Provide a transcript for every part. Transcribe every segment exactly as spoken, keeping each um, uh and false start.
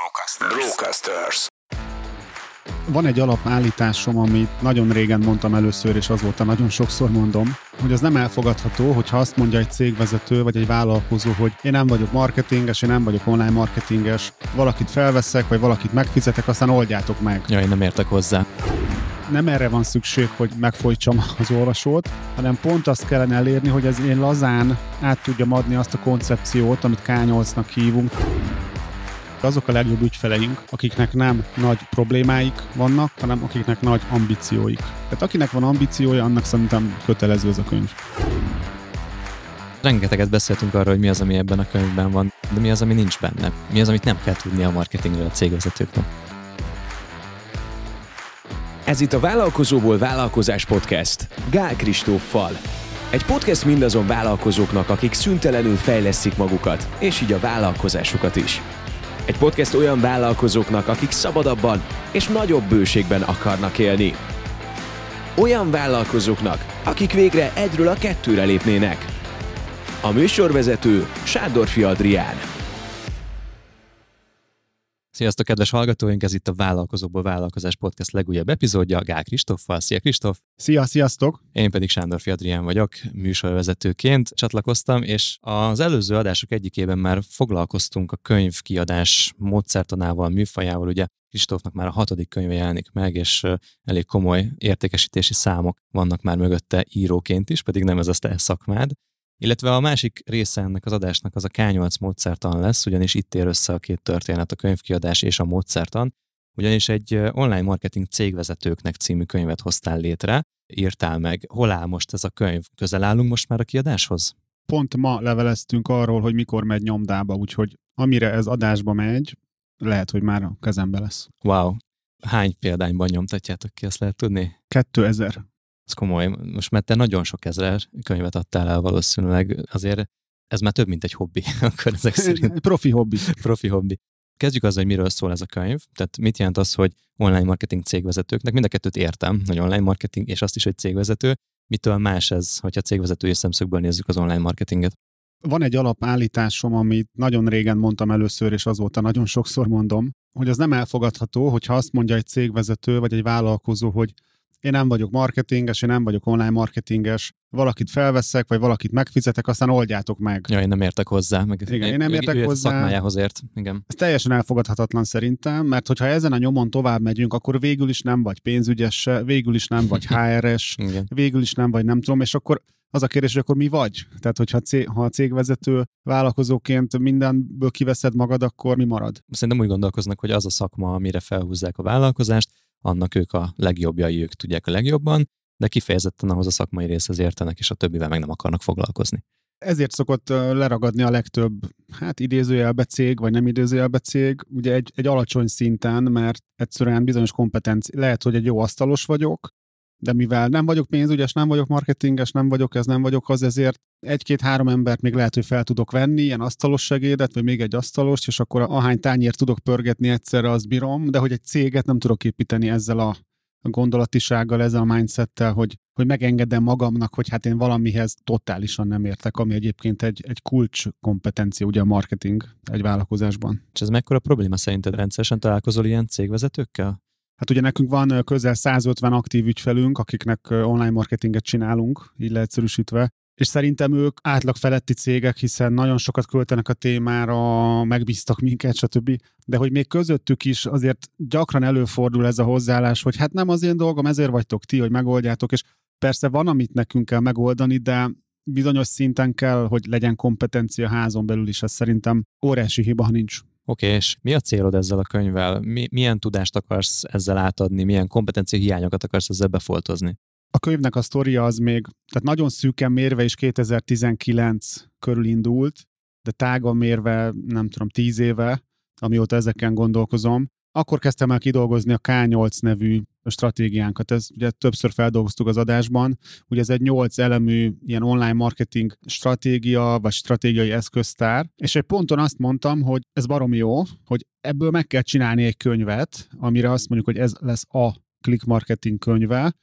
Brocasters. Brocasters. Van egy alapállításom, amit nagyon régen mondtam először, és azóta nagyon sokszor mondom, hogy az nem elfogadható, hogyha azt mondja egy cégvezető vagy egy vállalkozó, hogy én nem vagyok marketinges, én nem vagyok online marketinges, valakit felveszek, vagy valakit megfizetek, aztán oldjátok meg. Ja, én nem értek hozzá. Nem erre van szükség, hogy megfojtsam az olvasót, hanem pont azt kellene elérni, hogy ez én lazán át tudjam adni azt a koncepciót, amit ká nyolcnak hívunk. Azok a legjobb ügyfeleink, akiknek nem nagy problémáik vannak, hanem akiknek nagy ambícióik. Tehát akinek van ambíciója, annak szerintem kötelező ez a könyv. Rengeteget beszéltünk arról, hogy mi az, ami ebben a könyvben van, de mi az, ami nincs benne. Mi az, amit nem kell tudni a marketingről a cégvezetőknek. Ez itt a Vállalkozóból Vállalkozás Podcast Gál Kristóffal. Egy podcast mindazon vállalkozóknak, akik szüntelenül fejlesztik magukat, és így a vállalkozásukat is. Egy podcast olyan vállalkozóknak, akik szabadabban és nagyobb bőségben akarnak élni. Olyan vállalkozóknak, akik végre egyről a kettőre lépnének. A műsorvezető Sándorfi Adrián. Sziasztok, kedves hallgatóink! Ez itt a Vállalkozóból Vállalkozás Podcast legújabb epizódja Gál Kristóffal. Szia, Kristóf! Szia, sziasztok! Én pedig Sándorfi Adrián vagyok, műsorvezetőként csatlakoztam, és az előző adások egyikében már foglalkoztunk a könyvkiadás módszertanával, műfajával. Ugye Kristófnak már a hatodik könyve jelenik meg, és elég komoly értékesítési számok vannak már mögötte íróként is, pedig nem ez a te szakmád. Illetve a másik része ennek az adásnak az a ká nyolc módszertan lesz, ugyanis itt ér össze a két történet, a könyvkiadás és a módszertan, ugyanis egy online marketing cégvezetőknek című könyvet hoztál létre, írtál meg. Hol áll most ez a könyv? Közel állunk most már a kiadáshoz? Pont ma leveleztünk arról, hogy mikor megy nyomdába, úgyhogy amire ez adásba megy, lehet, hogy már a kezembe lesz. Wow! Hány példányban nyomtatjátok ki, azt lehet tudni? kétezer. Ez komoly. Most már te nagyon sok ezer könyvet adtál el valószínűleg, azért ez már több, mint egy hobbi, akkor ezek szerint. Profi hobbi. Profi hobbi. Kezdjük azzal, hogy miről szól ez a könyv. Tehát mit jelent az, hogy online marketing cégvezetőknek, mind a kettőt értem, hogy online marketing, és azt is, hogy cégvezető. Mitől más ez, hogyha cégvezetői szemszögből nézzük az online marketinget? Van egy alapállításom, amit nagyon régen mondtam először, és azóta nagyon sokszor mondom, hogy az nem elfogadható, hogyha azt mondja egy cégvezető vagy egy vállalkozó, hogy én nem vagyok marketinges, én nem vagyok online marketinges, valakit felveszek, vagy valakit megfizetek, aztán oldjátok meg. Ja, én nem értek hozzá. Meg Igen, én nem értek ő, ő hozzá. Szakmájához ért. Igen. Ez teljesen elfogadhatatlan szerintem, mert hogyha ezen a nyomon tovább megyünk, akkor végül is nem vagy pénzügyes, végül is nem vagy há er es, végül is nem vagy nem tudom, és akkor az a kérdés, hogy akkor mi vagy? Tehát, hogyha cég, ha a cégvezető vállalkozóként mindenből kiveszed magad, akkor mi marad? Szerintem úgy gondolkoznak, hogy az a szakma, amire felhúzzák a vállalkozást, annak ők a legjobbjai, ők tudják a legjobban, de kifejezetten ahhoz a szakmai részhez értenek, és a többivel meg nem akarnak foglalkozni. Ezért szokott leragadni a legtöbb, hát idézőjelbe cég, vagy nem idézőjelbe cég, ugye egy, egy alacsony szinten, mert egyszerűen bizonyos kompetenci. Lehet, hogy egy jó asztalos vagyok, de mivel nem vagyok pénzügyes, nem vagyok marketinges, nem vagyok ez, nem vagyok az, ezért egy-két-három embert még lehet, hogy fel tudok venni, ilyen asztalos segédet, vagy még egy asztalost, és akkor ahány tányért tudok pörgetni egyszerre, azt bírom, de hogy egy céget nem tudok építeni ezzel a gondolatisággal, ezzel a mindsettel, hogy, hogy megengedem magamnak, hogy hát én valamihez totálisan nem értek, ami egyébként egy, egy kulcs kompetencia, ugye a marketing egy vállalkozásban. És ez mekkora probléma szerinted? Rendszeresen találkozol ilyen cégvezetőkkel? Hát ugye nekünk van közel százötven aktív ügyfelünk, akiknek online marketinget csinálunk, így leegyszerűsítve, és szerintem ők átlag feletti cégek, hiszen nagyon sokat költenek a témára, megbíztak minket, stb. De hogy még közöttük is azért gyakran előfordul ez a hozzáállás, hogy hát nem az én dolgom, ezért vagytok ti, hogy megoldjátok, és persze van, amit nekünk kell megoldani, de bizonyos szinten kell, hogy legyen kompetencia házon belül is, ez szerintem óriási hiba, ha nincs. Oké, okay, és mi a célod ezzel a könyvvel? Mi, milyen tudást akarsz ezzel átadni? Milyen kompetencia hiányokat akarsz ezzel befoltozni? A könyvnek a sztoria az még, tehát nagyon szűken mérve is kétezer-tizenkilenc körül indult, de tágan mérve, nem tudom, tíz éve, amióta ezeken gondolkozom. Akkor kezdtem el kidolgozni a ká nyolc nevű stratégiánkat. Ez ugye többször feldolgoztuk az adásban. Ugye ez egy nyolc elemű ilyen online marketing stratégia, vagy stratégiai eszköztár. És egy ponton azt mondtam, hogy ez baromi jó, hogy ebből meg kell csinálni egy könyvet, amire azt mondjuk, hogy ez lesz a click marketing könyve,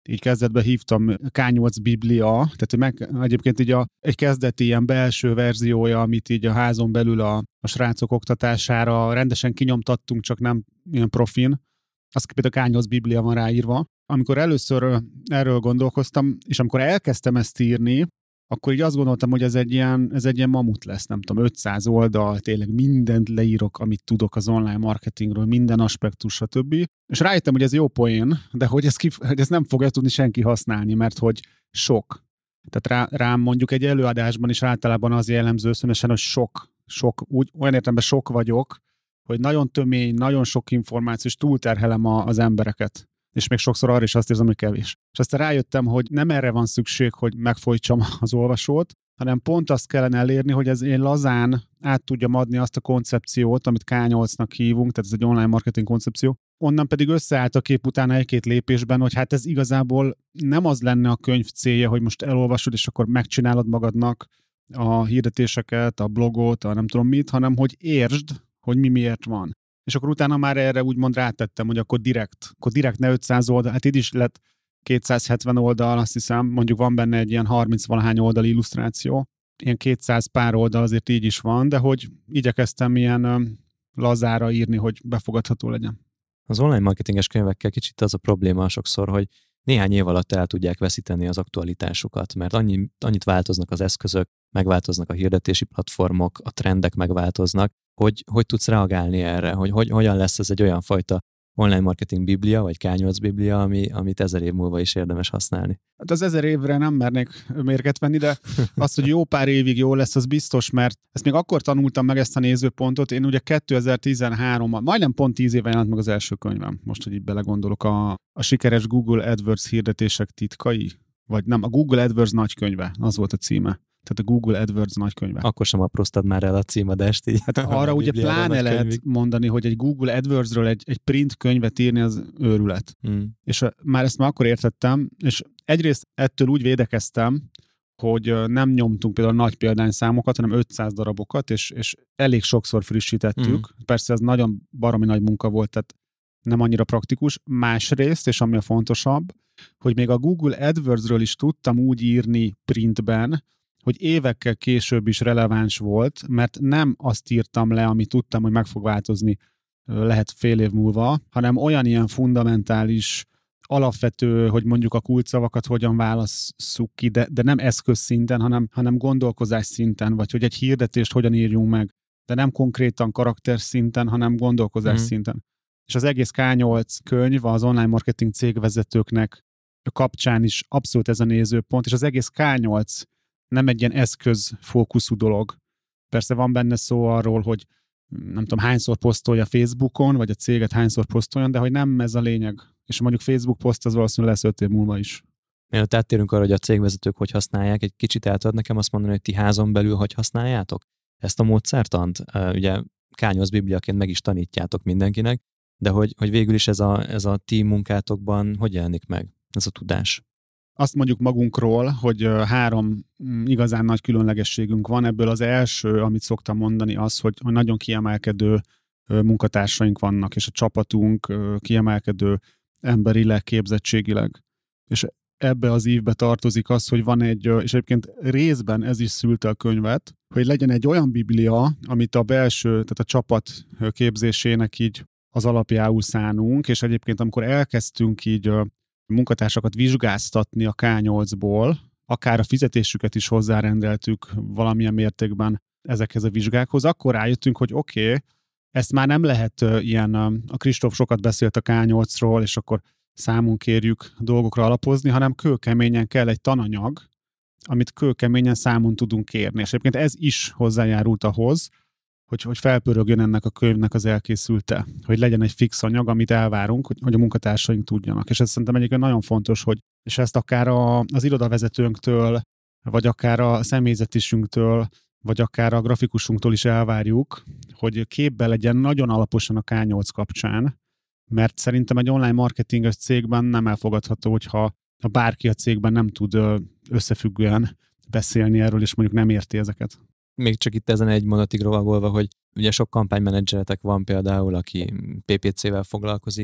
így kezdetben hívtam ká nyolc Biblia, tehát meg, egyébként így a, egy kezdeti ilyen belső verziója, amit így a házon belül a, a srácok oktatására rendesen kinyomtattunk, csak nem ilyen profin. Az például ká nyolc Biblia van ráírva. Amikor először erről gondolkoztam, és amikor elkezdtem ezt írni, akkor így azt gondoltam, hogy ez egy ilyen, ez egy ilyen mamut lesz, nem tudom, ötszáz oldal, tényleg mindent leírok, amit tudok az online marketingről, minden aspektus, stb. És rájöttem, hogy ez jó poén, de hogy ezt, kif- hogy ezt nem fogja tudni senki használni, mert hogy sok. Tehát rá, rám mondjuk egy előadásban is általában az jellemző összönösen, hogy sok, sok, úgy, olyan értelemben sok vagyok, hogy nagyon tömény, nagyon sok információ, és túlterhelem a, az embereket. És még sokszor arra is azt érzem, hogy kevés. És aztán rájöttem, hogy nem erre van szükség, hogy megfojtsam az olvasót, hanem pont azt kellene elérni, hogy ez én lazán át tudjam adni azt a koncepciót, amit ká nyolcnak hívunk, tehát ez egy online marketing koncepció. Onnan pedig összeállt a kép utána egy-két lépésben, hogy hát ez igazából nem az lenne a könyv célja, hogy most elolvasod, és akkor megcsinálod magadnak a hirdetéseket, a blogot, a nem tudom mit, hanem hogy értsd, hogy mi miért van. És akkor utána már erre úgymond rátettem, hogy akkor direkt, akkor direkt ne ötszáz oldal, hát itt is lett kétszázhetven oldal, azt hiszem, mondjuk van benne egy ilyen harminc-valahány oldal illusztráció, ilyen kétszáz pár oldal azért így is van, de hogy igyekeztem ilyen ö, lazára írni, hogy befogadható legyen. Az online marketinges könyvekkel kicsit az a probléma sokszor, hogy néhány év alatt el tudják veszíteni az aktualitásukat, mert annyi, annyit változnak az eszközök, megváltoznak a hirdetési platformok, a trendek megváltoznak, hogy hogy tudsz reagálni erre, hogy, hogy hogyan lesz ez egy olyan fajta online marketing biblia, vagy ká nyolc biblia, ami, amit ezer év múlva is érdemes használni. Hát az ezer évre nem mernék mérget venni, de az, hogy jó pár évig jó lesz, az biztos, mert ezt még akkor tanultam meg ezt a nézőpontot. Én ugye kétezer-tizenháromban, majdnem pont tíz éve jelent meg az első könyvem, most, hogy így belegondolok, a, a sikeres Google AdWords hirdetések titkai, vagy nem, a Google AdWords nagykönyve, az volt a címe. Tehát a Google AdWords nagykönyve. Akkor sem apróztad már el a címadást így. Hát arra ugye pláne lehet mondani, hogy egy Google AdWordsről egy, egy print könyvet írni az őrület. Mm. És a, már ezt már akkor értettem, és egyrészt ettől úgy védekeztem, hogy nem nyomtunk például nagy példányszámokat, hanem ötszáz darabokat, és, és elég sokszor frissítettük. Mm. Persze ez nagyon baromi nagy munka volt, tehát nem annyira praktikus. Másrészt, és ami a fontosabb, hogy még a Google AdWordsről is tudtam úgy írni printben, hogy évekkel később is releváns volt, mert nem azt írtam le, amit tudtam, hogy meg fog változni lehet fél év múlva, hanem olyan ilyen fundamentális, alapvető, hogy mondjuk a kulcsszavakat hogyan válasszuk ki, de, de nem eszköz szinten, hanem, hanem gondolkozás szinten, vagy hogy egy hirdetést hogyan írjunk meg, de nem konkrétan karakter szinten, hanem gondolkozás mm. szinten. És az egész ká nyolc könyv az online marketing cégvezetőknek kapcsán is abszolút ez a nézőpont, és az egész ká nyolc nem egy ilyen eszközfókuszú dolog. Persze van benne szó arról, hogy nem tudom, hányszor posztolja Facebookon, vagy a céget hányszor posztoljon, de hogy nem ez a lényeg. És mondjuk Facebook poszt az valószínűleg lesz öt év múlva is. Mielőtt áttérünk arra, hogy a cégvezetők hogy használják, egy kicsit el tudod nekem azt mondani, hogy ti házon belül hogy használjátok ezt a módszertant? Ugye ká nyolc bibliaként meg is tanítjátok mindenkinek, de hogy, hogy végül is ez a, ez a ti munkátokban hogy jelenik meg ez a tudás? Azt mondjuk magunkról, hogy három igazán nagy különlegességünk van. Ebből az első, amit szoktam mondani, az, hogy nagyon kiemelkedő munkatársaink vannak, és a csapatunk kiemelkedő emberileg, képzettségileg. És ebbe az ívbe tartozik az, hogy van egy, és egyébként részben ez is szülte a könyvet, hogy legyen egy olyan biblia, amit a belső, tehát a csapat képzésének így az alapjául szánunk, és egyébként amikor elkezdtünk így munkatársakat vizsgáztatni a ká nyolcból, akár a fizetésüket is hozzárendeltük valamilyen mértékben ezekhez a vizsgákhoz, akkor rájöttünk, hogy oké, okay, ezt már nem lehet uh, ilyen, uh, a Kristóf sokat beszélt a ká nyolcról, és akkor számon kérjük dolgokra alapozni, hanem kőkeményen kell egy tananyag, amit kőkeményen számon tudunk kérni. És egyébként ez is hozzájárult ahhoz, hogy, hogy felpörögjön ennek a könyvnek az elkészülte, hogy legyen egy fix anyag, amit elvárunk, hogy, hogy a munkatársaink tudjanak. És ez szerintem egyébként nagyon fontos, hogy és ezt akár a, az irodavezetőnktől, vagy akár a személyzetisünktől, vagy akár a grafikusunktól is elvárjuk, hogy képbe legyen nagyon alaposan a ká nyolc kapcsán, mert szerintem egy online marketinges cégben nem elfogadható, hogyha ha bárki a cégben nem tud összefüggően beszélni erről, és mondjuk nem érti ezeket. Még csak itt ezen egy mondatig rovagolva, hogy ugye sok kampánymenedzseretek van például, aki pé pé cével foglalkozik,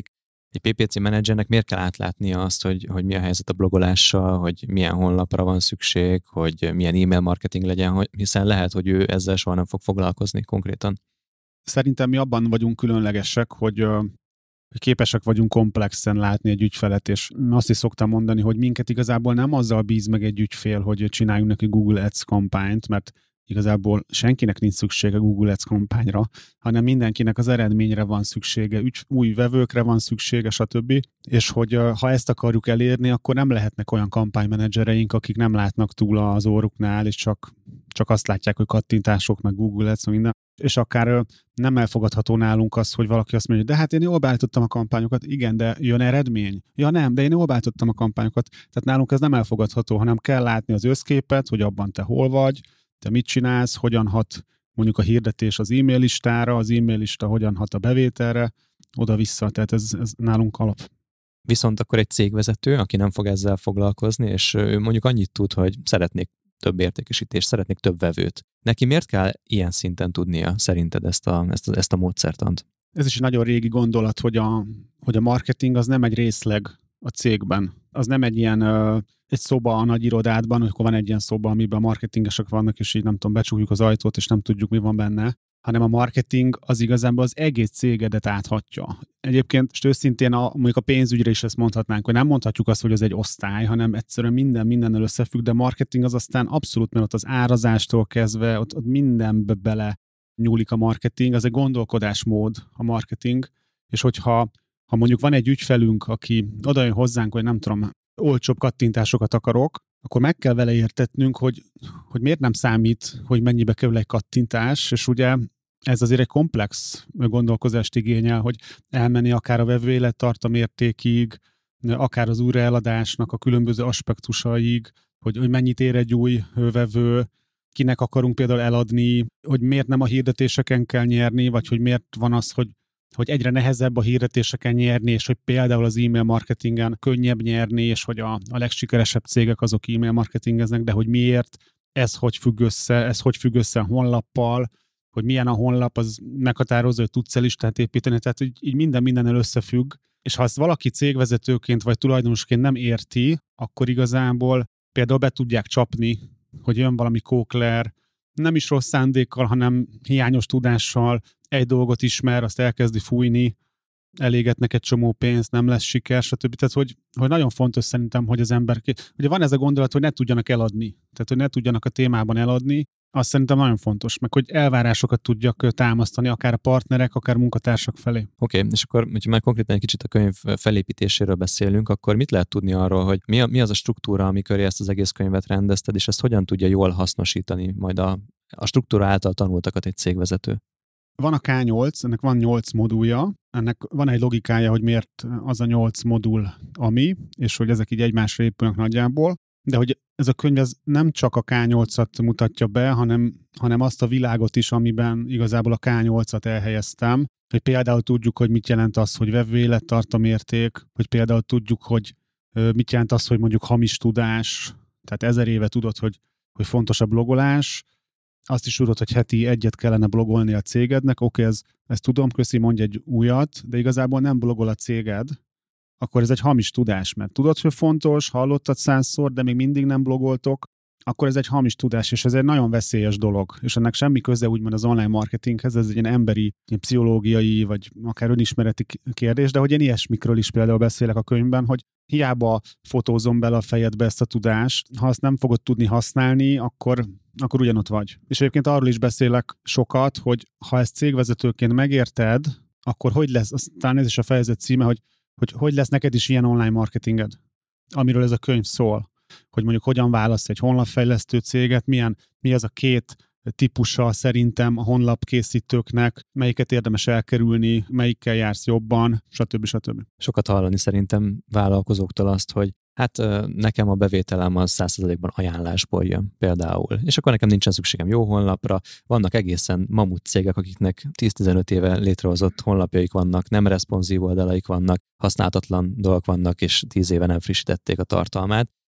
Egy pé pé cé menedzsernek miért kell átlátnia azt, hogy, hogy mi a helyzet a blogolással, hogy milyen honlapra van szükség, hogy milyen e-mail marketing legyen, hogy, hiszen lehet, hogy ő ezzel soha nem fog foglalkozni konkrétan. Szerintem mi abban vagyunk különlegesek, hogy, hogy képesek vagyunk komplexen látni egy ügyfelet, és azt is szoktam mondani, hogy minket igazából nem azzal bíz meg egy ügyfél, hogy csináljunk neki Google Ads kampányt, mert igazából senkinek nincs szüksége Google Ads kampányra, hanem mindenkinek az eredményre van szüksége, ügy, új vevőkre van szüksége, stb. És hogy ha ezt akarjuk elérni, akkor nem lehetnek olyan kampánymenedzsereink, akik nem látnak túl az óruknál, és csak, csak azt látják, hogy kattintások, meg Google Ads, minden. És akár nem elfogadható nálunk az, hogy valaki azt mondja, de hát én jól beállítottam a kampányokat, igen, de jön eredmény? Ja nem, de én jól beállítottam a kampányokat. Tehát nálunk ez nem elfogadható, hanem kell látni az összképet, hogy abban te hol vagy, te mit csinálsz, hogyan hat mondjuk a hirdetés az e-mail listára, az e-mail lista hogyan hat a bevételre, oda-vissza, tehát ez, ez nálunk alap. Viszont akkor egy cégvezető, aki nem fog ezzel foglalkozni, és ő mondjuk annyit tud, hogy szeretnék több értékesítést, szeretnék több vevőt. Neki miért kell ilyen szinten tudnia szerinted ezt a, ezt a, ezt a módszertant? Ez is egy nagyon régi gondolat, hogy a, hogy a marketing az nem egy részleg a cégben. Az nem egy ilyen egy szoba a nagy irodádban, amikor van egy ilyen szoba, amiben a marketingesek vannak, és így nem tudom, becsukjuk az ajtót, és nem tudjuk, mi van benne, hanem a marketing az igazából az egész cégedet áthatja. Egyébként, és őszintén a, mondjuk a pénzügyre is ezt mondhatnánk, hogy nem mondhatjuk azt, hogy az egy osztály, hanem egyszerűen minden mindennel összefügg, de marketing az aztán abszolút, mert ott az árazástól kezdve, ott, ott mindenbe bele nyúlik a marketing, az egy gondolkodásmód a marketing, és hogyha ha mondjuk van egy ügyfelünk, aki odajön hozzánk, hogy nem tudom, olcsóbb kattintásokat akarok, akkor meg kell vele értetnünk, hogy, hogy miért nem számít, hogy mennyibe kerül egy kattintás, és ugye ez azért egy komplex gondolkozást igényel, hogy elmenni akár a vevő élettartam értékig, akár az újraeladásnak a különböző aspektusaig, hogy, hogy mennyit ér egy új vevő, kinek akarunk például eladni, hogy miért nem a hirdetéseken kell nyerni, vagy hogy miért van az, hogy hogy egyre nehezebb a hirdetéseken nyerni, és hogy például az e-mail marketingen könnyebb nyerni, és hogy a, a legsikeresebb cégek azok e-mail marketingeznek, de hogy miért, ez hogy függ össze, ez hogy függ össze a honlappal, hogy milyen a honlap, az meghatározó, hogy tudsz listát építeni, tehát így, így minden mindennel összefügg, és ha ezt valaki cégvezetőként vagy tulajdonosként nem érti, akkor igazából például be tudják csapni, hogy jön valami kókler, nem is rossz szándékkal, hanem hiányos tudással, egy dolgot ismer, azt elkezdi fújni, elégetnek egy csomó pénzt, nem lesz siker, stb. Tehát, hogy, hogy nagyon fontos szerintem, hogy az ember... Ugye van ez a gondolat, hogy ne tudjanak eladni. Tehát, hogy ne tudjanak a témában eladni, azt szerintem nagyon fontos, meg hogy elvárásokat tudjak támasztani, akár a partnerek, akár munkatársak felé. Oké, okay, és akkor, hogyha már konkrétan egy kicsit a könyv felépítéséről beszélünk, akkor mit lehet tudni arról, hogy mi, a, mi az a struktúra, amikor ezt az egész könyvet rendezted, és ezt hogyan tudja jól hasznosítani majd a, a struktúra által tanultakat egy cégvezető? Van a ká nyolc, ennek van nyolc modulja, ennek van egy logikája, hogy miért az a nyolc modul ami, és hogy ezek így egymásra épülnek nagyjából, de hogy ez a könyv ez nem csak a ká nyolcat mutatja be, hanem, hanem azt a világot is, amiben igazából a ká nyolcat elhelyeztem, hogy például tudjuk, hogy mit jelent az, hogy vevő élettartam érték, hogy például tudjuk, hogy mit jelent az, hogy mondjuk hamis tudás, tehát ezer éve tudod, hogy, hogy fontos a blogolás, azt is tudod, hogy heti egyet kellene blogolni a cégednek, oké, ez, ezt tudom, köszi, mondj egy újat, de igazából nem blogol a céged, akkor ez egy hamis tudás, mert tudod, hogy fontos, hallottad százszor, de még mindig nem blogoltok, akkor ez egy hamis tudás, és ez egy nagyon veszélyes dolog, és ennek semmi köze úgymond az online marketinghez, ez egy ilyen emberi, ilyen pszichológiai, vagy akár önismereti kérdés, de hogy én ilyesmikről is például beszélek a könyvben, hogy hiába fotózom bele a fejedbe ezt a tudást, ha azt nem fogod tudni használni, akkor, akkor ugyanott vagy. És egyébként arról is beszélek sokat, hogy ha ezt cégvezetőként megérted, akkor hogy lesz, aztán ez is a fejezet címe, hogy hogy hogy lesz neked is ilyen online marketinged, amiről ez a könyv szól. Hogy mondjuk hogyan választ egy honlapfejlesztő céget, milyen, mi az a két típusa szerintem a honlapkészítőknek, melyiket érdemes elkerülni, melyikkel jársz jobban, stb. stb. Sokat hallani szerintem vállalkozóktól azt, hogy hát nekem a bevételem az száz százalékban ajánlásból jön például. És akkor nekem nincsen szükségem jó honlapra. Vannak egészen mamut cégek, akiknek tíz-tizenöt éve létrehozott honlapjaik vannak, nem responsív oldalaik vannak, használhatatlan dolgok vannak, és tíz éve nem frissítették a tartalmát.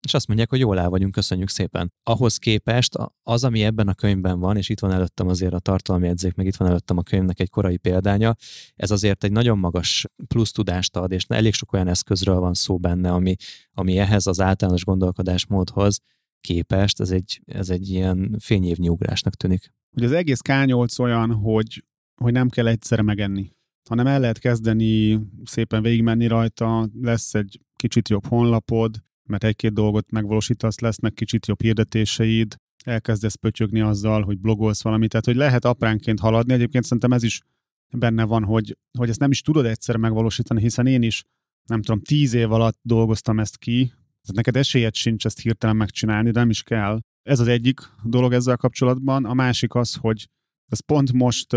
és azt mondják, hogy jól el vagyunk, köszönjük szépen. Ahhoz képest az, ami ebben a könyvben van, és itt van előttem azért a tartalomjegyzék, meg itt van előttem a könyvnek egy korai példánya, ez azért egy nagyon magas plusz tudást ad, és elég sok olyan eszközről van szó benne, ami, ami ehhez az általános gondolkodásmódhoz képest, ez egy, ez egy ilyen fényévnyi ugrásnak tűnik. Ugye az egész ká nyolc olyan, hogy, hogy nem kell egyszerre megenni, hanem el lehet kezdeni szépen végigmenni rajta, lesz egy kicsit jobb honlapod, mert egy-két dolgot megvalósítasz, lesznek kicsit jobb hirdetéseid, elkezdesz pötyögni azzal, hogy blogolsz valamit, tehát hogy lehet apránként haladni. Egyébként szerintem ez is benne van, hogy, hogy ezt nem is tudod egyszer megvalósítani, hiszen én is, nem tudom, tíz év alatt dolgoztam ezt ki, tehát neked esélyed sincs ezt hirtelen megcsinálni, de nem is kell. Ez az egyik dolog ezzel kapcsolatban. A másik az, hogy ez pont most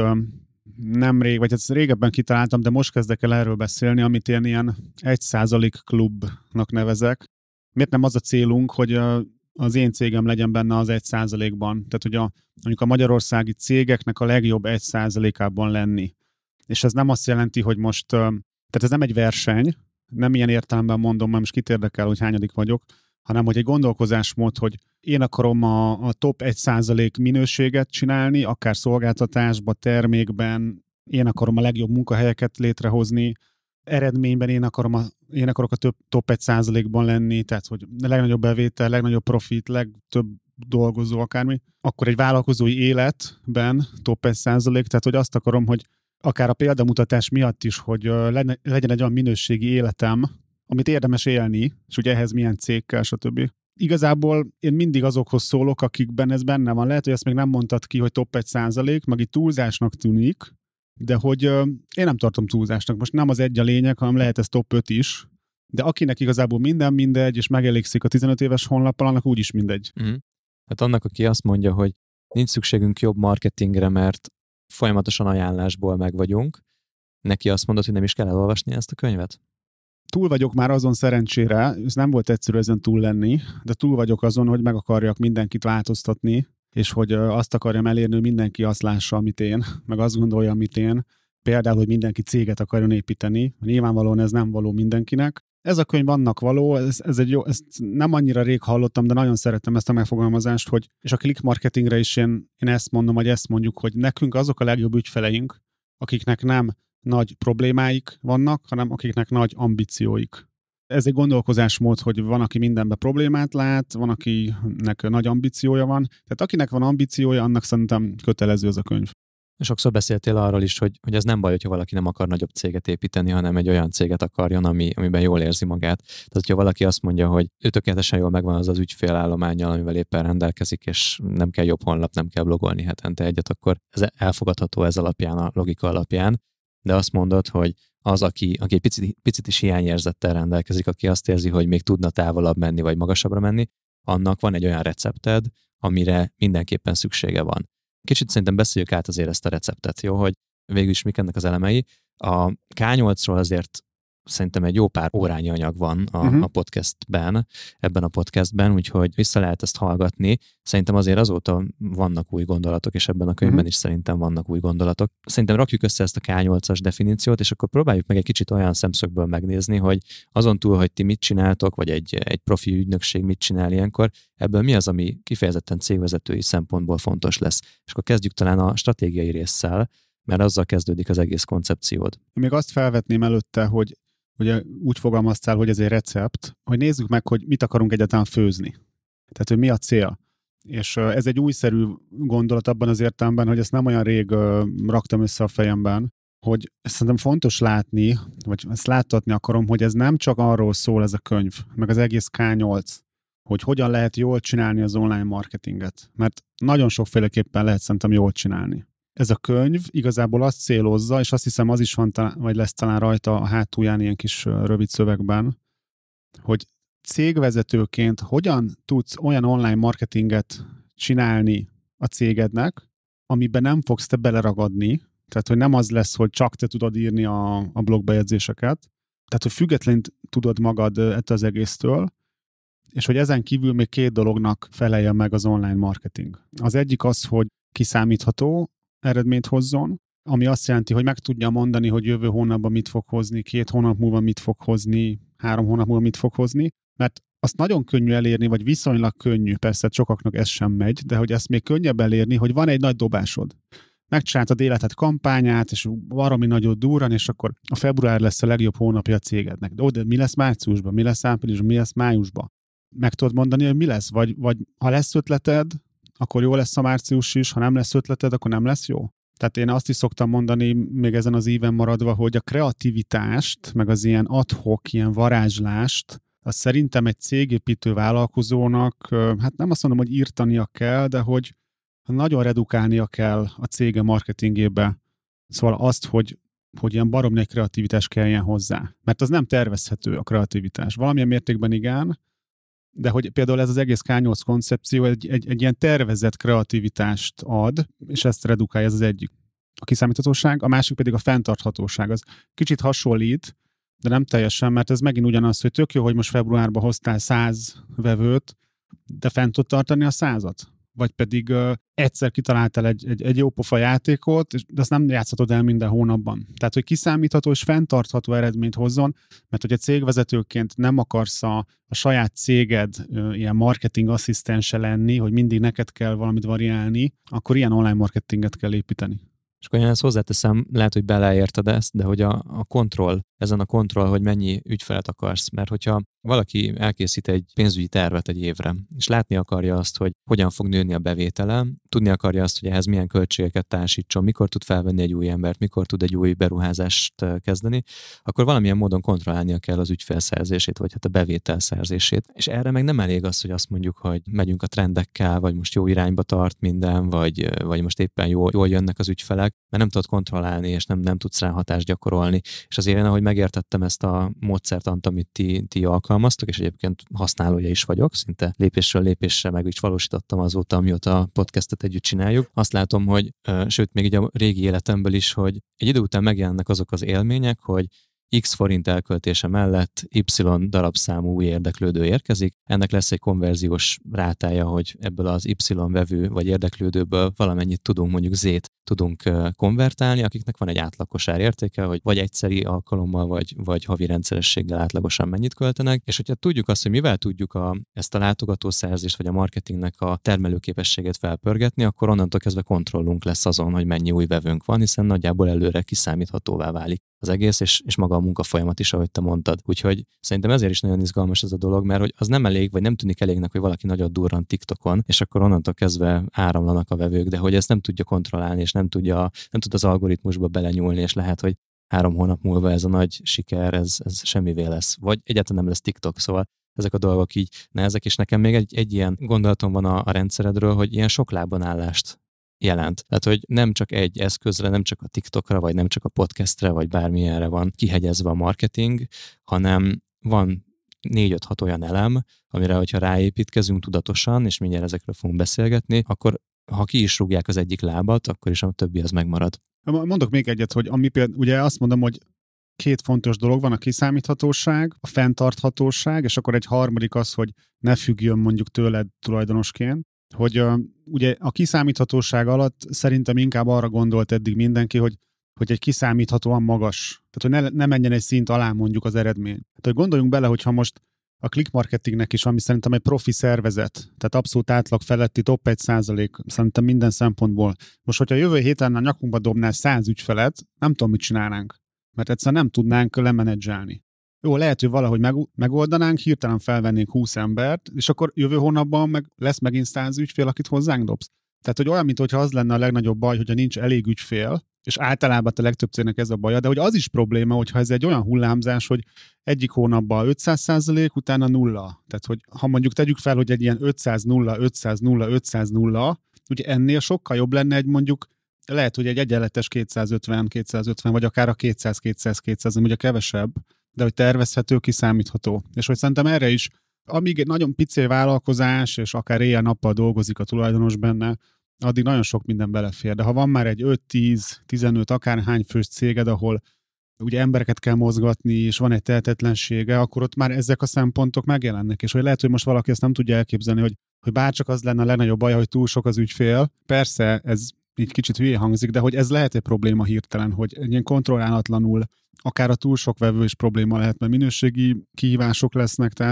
nemrég, vagy ezt régebben kitaláltam, de most kezdek el erről beszélni, amit én ilyen egy százalék klubnak nevezek. Miért nem az a célunk, hogy az én cégem legyen benne az egy százalékban? Tehát, hogy a, mondjuk a magyarországi cégeknek a legjobb egy százalékában lenni. És ez nem azt jelenti, hogy most, tehát ez nem egy verseny, nem ilyen értelemben mondom, mert most kit érdekel, hogy hányadik vagyok, hanem hogy egy gondolkozásmód, hogy én akarom a, a top egy százalék minőséget csinálni, akár szolgáltatásban, termékben, én akarom a legjobb munkahelyeket létrehozni, eredményben én, akarom a, én akarok a több top egy százalékban lenni, tehát hogy a legnagyobb bevétel, legnagyobb profit, legtöbb dolgozó, akármi, akkor egy vállalkozói életben top egy százalék, tehát hogy azt akarom, hogy akár a példamutatás miatt is, hogy legyen egy olyan minőségi életem, amit érdemes élni, és ugye ehhez milyen cég kell, stb. Igazából én mindig azokhoz szólok, akikben ez benne van. Lehet, hogy ezt még nem mondtad ki, hogy top egy százalék, meg itt túlzásnak tűnik, de hogy ö, én nem tartom túlzásnak. Most nem az egy a lényeg, hanem lehet ez top öt is, de akinek igazából minden mindegy, és megelégszik a tizenöt éves honlappal, annak úgyis mindegy. Mm. Hát annak, aki azt mondja, hogy nincs szükségünk jobb marketingre, mert folyamatosan ajánlásból meg vagyunk, neki azt mondod, hogy nem is kell elolvasni ezt a könyvet? Túl vagyok már azon szerencsére, ez nem volt egyszerű ezen túl lenni, de túl vagyok azon, hogy meg akarjak mindenkit változtatni, és hogy azt akarjam elérni, hogy mindenki azt lássa, amit én, meg azt gondolja, amit én. Például, hogy mindenki céget akarjon építeni. Nyilvánvalóan ez nem való mindenkinek. Ez a könyv annak való, ez, ez egy jó, ezt nem annyira rég hallottam, de nagyon szeretem ezt a megfogalmazást, hogy, és a click marketingre is én, én ezt mondom, vagy ezt mondjuk, hogy nekünk azok a legjobb ügyfeleink, akiknek nem nagy problémáik vannak, hanem akiknek nagy ambícióik. Ez egy gondolkozásmód, hogy van, aki mindenben problémát lát, van, akinek nagy ambíciója van. Tehát akinek van ambíciója, annak szerintem kötelező ez a könyv. Sokszor beszéltél arról is, hogy, hogy ez nem baj, hogyha valaki nem akar nagyobb céget építeni, hanem egy olyan céget akarjon, ami, amiben jól érzi magát. Tehát, hogyha valaki azt mondja, hogy ő tökéletesen jól megvan az az ügyfélállománnyal, amivel éppen rendelkezik, és nem kell jobb honlap, nem kell blogolni hetente egyet, akkor ez elfogadható ez alapján, a logika alapján. De azt mondod, hogy az, aki, aki egy picit, picit is hiányérzettel rendelkezik, aki azt érzi, hogy még tudna távolabb menni, vagy magasabbra menni, annak van egy olyan recepted, amire mindenképpen szüksége van. Kicsit szerintem beszéljük át azért ezt a receptet, jó, hogy végül is mik ennek az elemei. A ká nyolcról azért szerintem egy jó pár órányi anyag van a, uh-huh. a podcastben, ebben a podcastben, úgyhogy vissza lehet ezt hallgatni. Szerintem azért azóta vannak új gondolatok, és ebben a könyvben uh-huh. is szerintem vannak új gondolatok. Szerintem rakjuk össze ezt a ká nyolcas definíciót, és akkor próbáljuk meg egy kicsit olyan szemszögből megnézni, hogy azon túl, hogy ti mit csináltok, vagy egy, egy profi ügynökség mit csinál ilyenkor, ebből mi az, ami kifejezetten cégvezetői szempontból fontos lesz. És akkor kezdjük talán a stratégiai résszel, mert azzal kezdődik az egész koncepciód. Én még azt felvetném előtte, hogy ugye úgy fogalmaztál, hogy ez egy recept, hogy nézzük meg, hogy mit akarunk egyáltalán főzni. Tehát, hogy mi a cél. És ez egy újszerű gondolat abban az értelemben, hogy ezt nem olyan rég raktam össze a fejemben, hogy szerintem fontos látni, vagy ezt láttatni akarom, hogy ez nem csak arról szól ez a könyv, meg az egész ká nyolc, hogy hogyan lehet jól csinálni az online marketinget. Mert nagyon sokféleképpen lehet szerintem jól csinálni. Ez a könyv igazából azt célozza, és azt hiszem az is van, vagy lesz talán rajta a hátulján ilyen kis rövid szövegben, hogy cégvezetőként hogyan tudsz olyan online marketinget csinálni a cégednek, amiben nem fogsz te beleragadni, tehát hogy nem az lesz, hogy csak te tudod írni a, a blogbejegyzéseket, tehát hogy függetlenül tudod magad ettől az egésztől, és hogy ezen kívül még két dolognak feleljen meg az online marketing. Az egyik az, hogy kiszámítható eredményt hozzon, ami azt jelenti, hogy meg tudja mondani, hogy jövő hónapban mit fog hozni, két hónap múlva mit fog hozni, három hónap múlva mit fog hozni, mert azt nagyon könnyű elérni, vagy viszonylag könnyű, persze sokaknak ez sem megy, de hogy ezt még könnyebb elérni, hogy van egy nagy dobásod. Megcsináltad életed kampányát, és valami nagyot durran, és akkor a február lesz a legjobb hónapja a cégednek. De, ó, de mi lesz márciusban, mi lesz áprilisban, mi lesz májusban? Meg tudod mondani, hogy mi lesz? Vagy, vagy ha lesz ötleted, akkor jó lesz a március is, ha nem lesz ötleted, akkor nem lesz jó? Tehát én azt is szoktam mondani, még ezen az íven maradva, hogy a kreativitást, meg az ilyen ad-hoc, ilyen varázslást, az szerintem egy cégépítő vállalkozónak, hát nem azt mondom, hogy írtania kell, de hogy nagyon redukálnia kell a cége marketingébe. Szóval azt, hogy, hogy ilyen barom nagy kreativitás kelljen hozzá. Mert az nem tervezhető a kreativitás. Valamilyen mértékben igen, de hogy például ez az egész ká nyolc koncepció egy, egy, egy ilyen tervezett kreativitást ad, és ezt redukálja, ez az egyik. A kiszámíthatóság, a másik pedig a fenntarthatóság. Az kicsit hasonlít, de nem teljesen, mert ez megint ugyanaz, hogy tök jó, hogy most februárban hoztál száz vevőt, de fent tud tartani a százat. Vagy pedig uh, egyszer kitaláltál egy, egy, egy jó pofa játékot, de azt nem játszhatod el minden hónapban. Tehát, hogy kiszámítható és fenntartható eredményt hozzon, mert hogy a cégvezetőként nem akarsz a, a saját céged uh, ilyen marketing asszisztense lenni, hogy mindig neked kell valamit variálni, akkor ilyen online marketinget kell építeni. És akkor én ezt hozzáteszem, lehet, hogy beleérted ezt, de hogy a, a kontroll, ezen a kontroll, hogy mennyi ügyfelet akarsz. Mert hogyha valaki elkészít egy pénzügyi tervet egy évre, és látni akarja azt, hogy hogyan fog nőni a bevétele, tudni akarja azt, hogy ehhez milyen költségeket társítson, mikor tud felvenni egy új embert, mikor tud egy új beruházást kezdeni, akkor valamilyen módon kontrollálnia kell az ügyfélszerzését, vagy hát a bevételszerzését. És erre meg nem elég az, hogy azt mondjuk, hogy megyünk a trendekkel, vagy most jó irányba tart minden, vagy, vagy most éppen jól, jól jönnek az ügyfelek, mert nem tudod kontrollálni, és nem, nem tudsz rá hatást gyakorolni. És azért én, ahogy megértettem ezt a módszertant, amit ti, ti alkalmaztok, és egyébként használója is vagyok, szinte lépésről lépésre meg is valósítottam azóta, amióta a podcastet együtt csináljuk. Azt látom, hogy sőt, még így a régi életemből is, hogy egy idő után megjelennek azok az élmények, hogy X forint elköltése mellett Y darabszámú új érdeklődő érkezik. Ennek lesz egy konverziós rátája, hogy ebből az Y vevő vagy érdeklődőből valamennyit tudunk, mondjuk Z-t tudunk konvertálni, akiknek van egy átlagos árértéke, hogy vagy egyszeri alkalommal, vagy, vagy havi rendszerességgel átlagosan mennyit költenek. És hogyha tudjuk azt, hogy mivel tudjuk a, ezt a látogatószerzést, vagy a marketingnek a termelőképességét felpörgetni, akkor onnantól kezdve kontrollunk lesz azon, hogy mennyi új vevőnk van, hiszen nagyjából előre kiszámíthatóvá válik az egész, és, és maga a munkafolyamat is, ahogy te mondtad. Úgyhogy szerintem ezért is nagyon izgalmas ez a dolog, mert hogy az nem elég, vagy nem tűnik elégnek, hogy valaki nagyot durran TikTokon, és akkor onnantól kezdve áramlanak a vevők, de hogy ezt nem tudja kontrollálni, és nem tudja, nem tud az algoritmusba belenyúlni, és lehet, hogy három hónap múlva ez a nagy siker, ez, ez semmivé lesz. Vagy egyáltalán nem lesz TikTok, szóval ezek a dolgok így nehezek, és nekem még egy, egy ilyen gondolatom van a, a rendszeredről, hogy ilyen sok lábon állást jelent. Tehát, hogy nem csak egy eszközre, nem csak a TikTokra, vagy nem csak a podcastre, vagy bármilyenre van kihegyezve a marketing, hanem van négy-öt-hat olyan elem, amire, hogyha ráépítkezünk tudatosan, és mindjárt ezekről fogunk beszélgetni, akkor ha ki is rúgják az egyik lábat, akkor is a többi az megmarad. Mondok még egyet, hogy ami például, ugye azt mondom, hogy két fontos dolog van, a kiszámíthatóság, a fenntarthatóság, és akkor egy harmadik az, hogy ne függjön mondjuk tőled tulajdonosként, hogy uh, ugye a kiszámíthatóság alatt szerintem inkább arra gondolt eddig mindenki, hogy, hogy egy kiszámíthatóan magas, tehát hogy ne, ne menjen egy szint alá mondjuk az eredmény. Tehát hogy gondoljunk bele, hogyha most a click marketingnek is, ami szerintem egy profi szervezet, tehát abszolút átlag feletti top egy százalék, szerintem minden szempontból. Most, hogyha jövő héten a nyakunkba dobnál száz ügyfelet, nem tudom, mit csinálnánk, mert egyszerűen nem tudnánk lemenedzselni. Jó, lehet, hogy valahogy meg, megoldanánk, hirtelen felvennénk húsz embert, és akkor jövő hónapban meg lesz megint száz ügyfél, akit hozzánk dobsz. Tehát, hogy olyan, mintha az lenne a legnagyobb baj, hogyha nincs elég ügyfél, és általában a legtöbb cégnek ez a baja, de hogy az is probléma, hogyha ez egy olyan hullámzás, hogy egyik hónapban ötszáz százalék, utána nulla. Tehát, hogy ha mondjuk tegyük fel, hogy egy ilyen ötszáz nulla, ötszáz nulla, ötszáz nulla, ugye ennél sokkal jobb lenne egy mondjuk, lehet, hogy egy egyenletes kétszázötven, kétszázötven, vagy akár a kétszáz, kétszáz, kétszáz, ugye kevesebb, de hogy tervezhető, kiszámítható. És hogy szerintem erre is, amíg egy nagyon pici vállalkozás, és akár éjjel-nappal dolgozik a tulajdonos benne, addig nagyon sok minden belefér. De ha van már egy öt, tíz, tizenöt, akárhány fős céged, ahol ugye embereket kell mozgatni, és van egy tehetetlensége, akkor ott már ezek a szempontok megjelennek. És hogy lehet, hogy most valaki ezt nem tudja elképzelni, hogy, hogy bárcsak az lenne a legnagyobb baj, hogy túl sok az ügyfél. Persze, ez így kicsit hülye hangzik, de hogy ez lehet egy probléma hirtelen, hogy egy ilyen kontrollálatlanul akár a túl sok vevő is probléma lehet, mert minőségi kihívások lesznek, tehát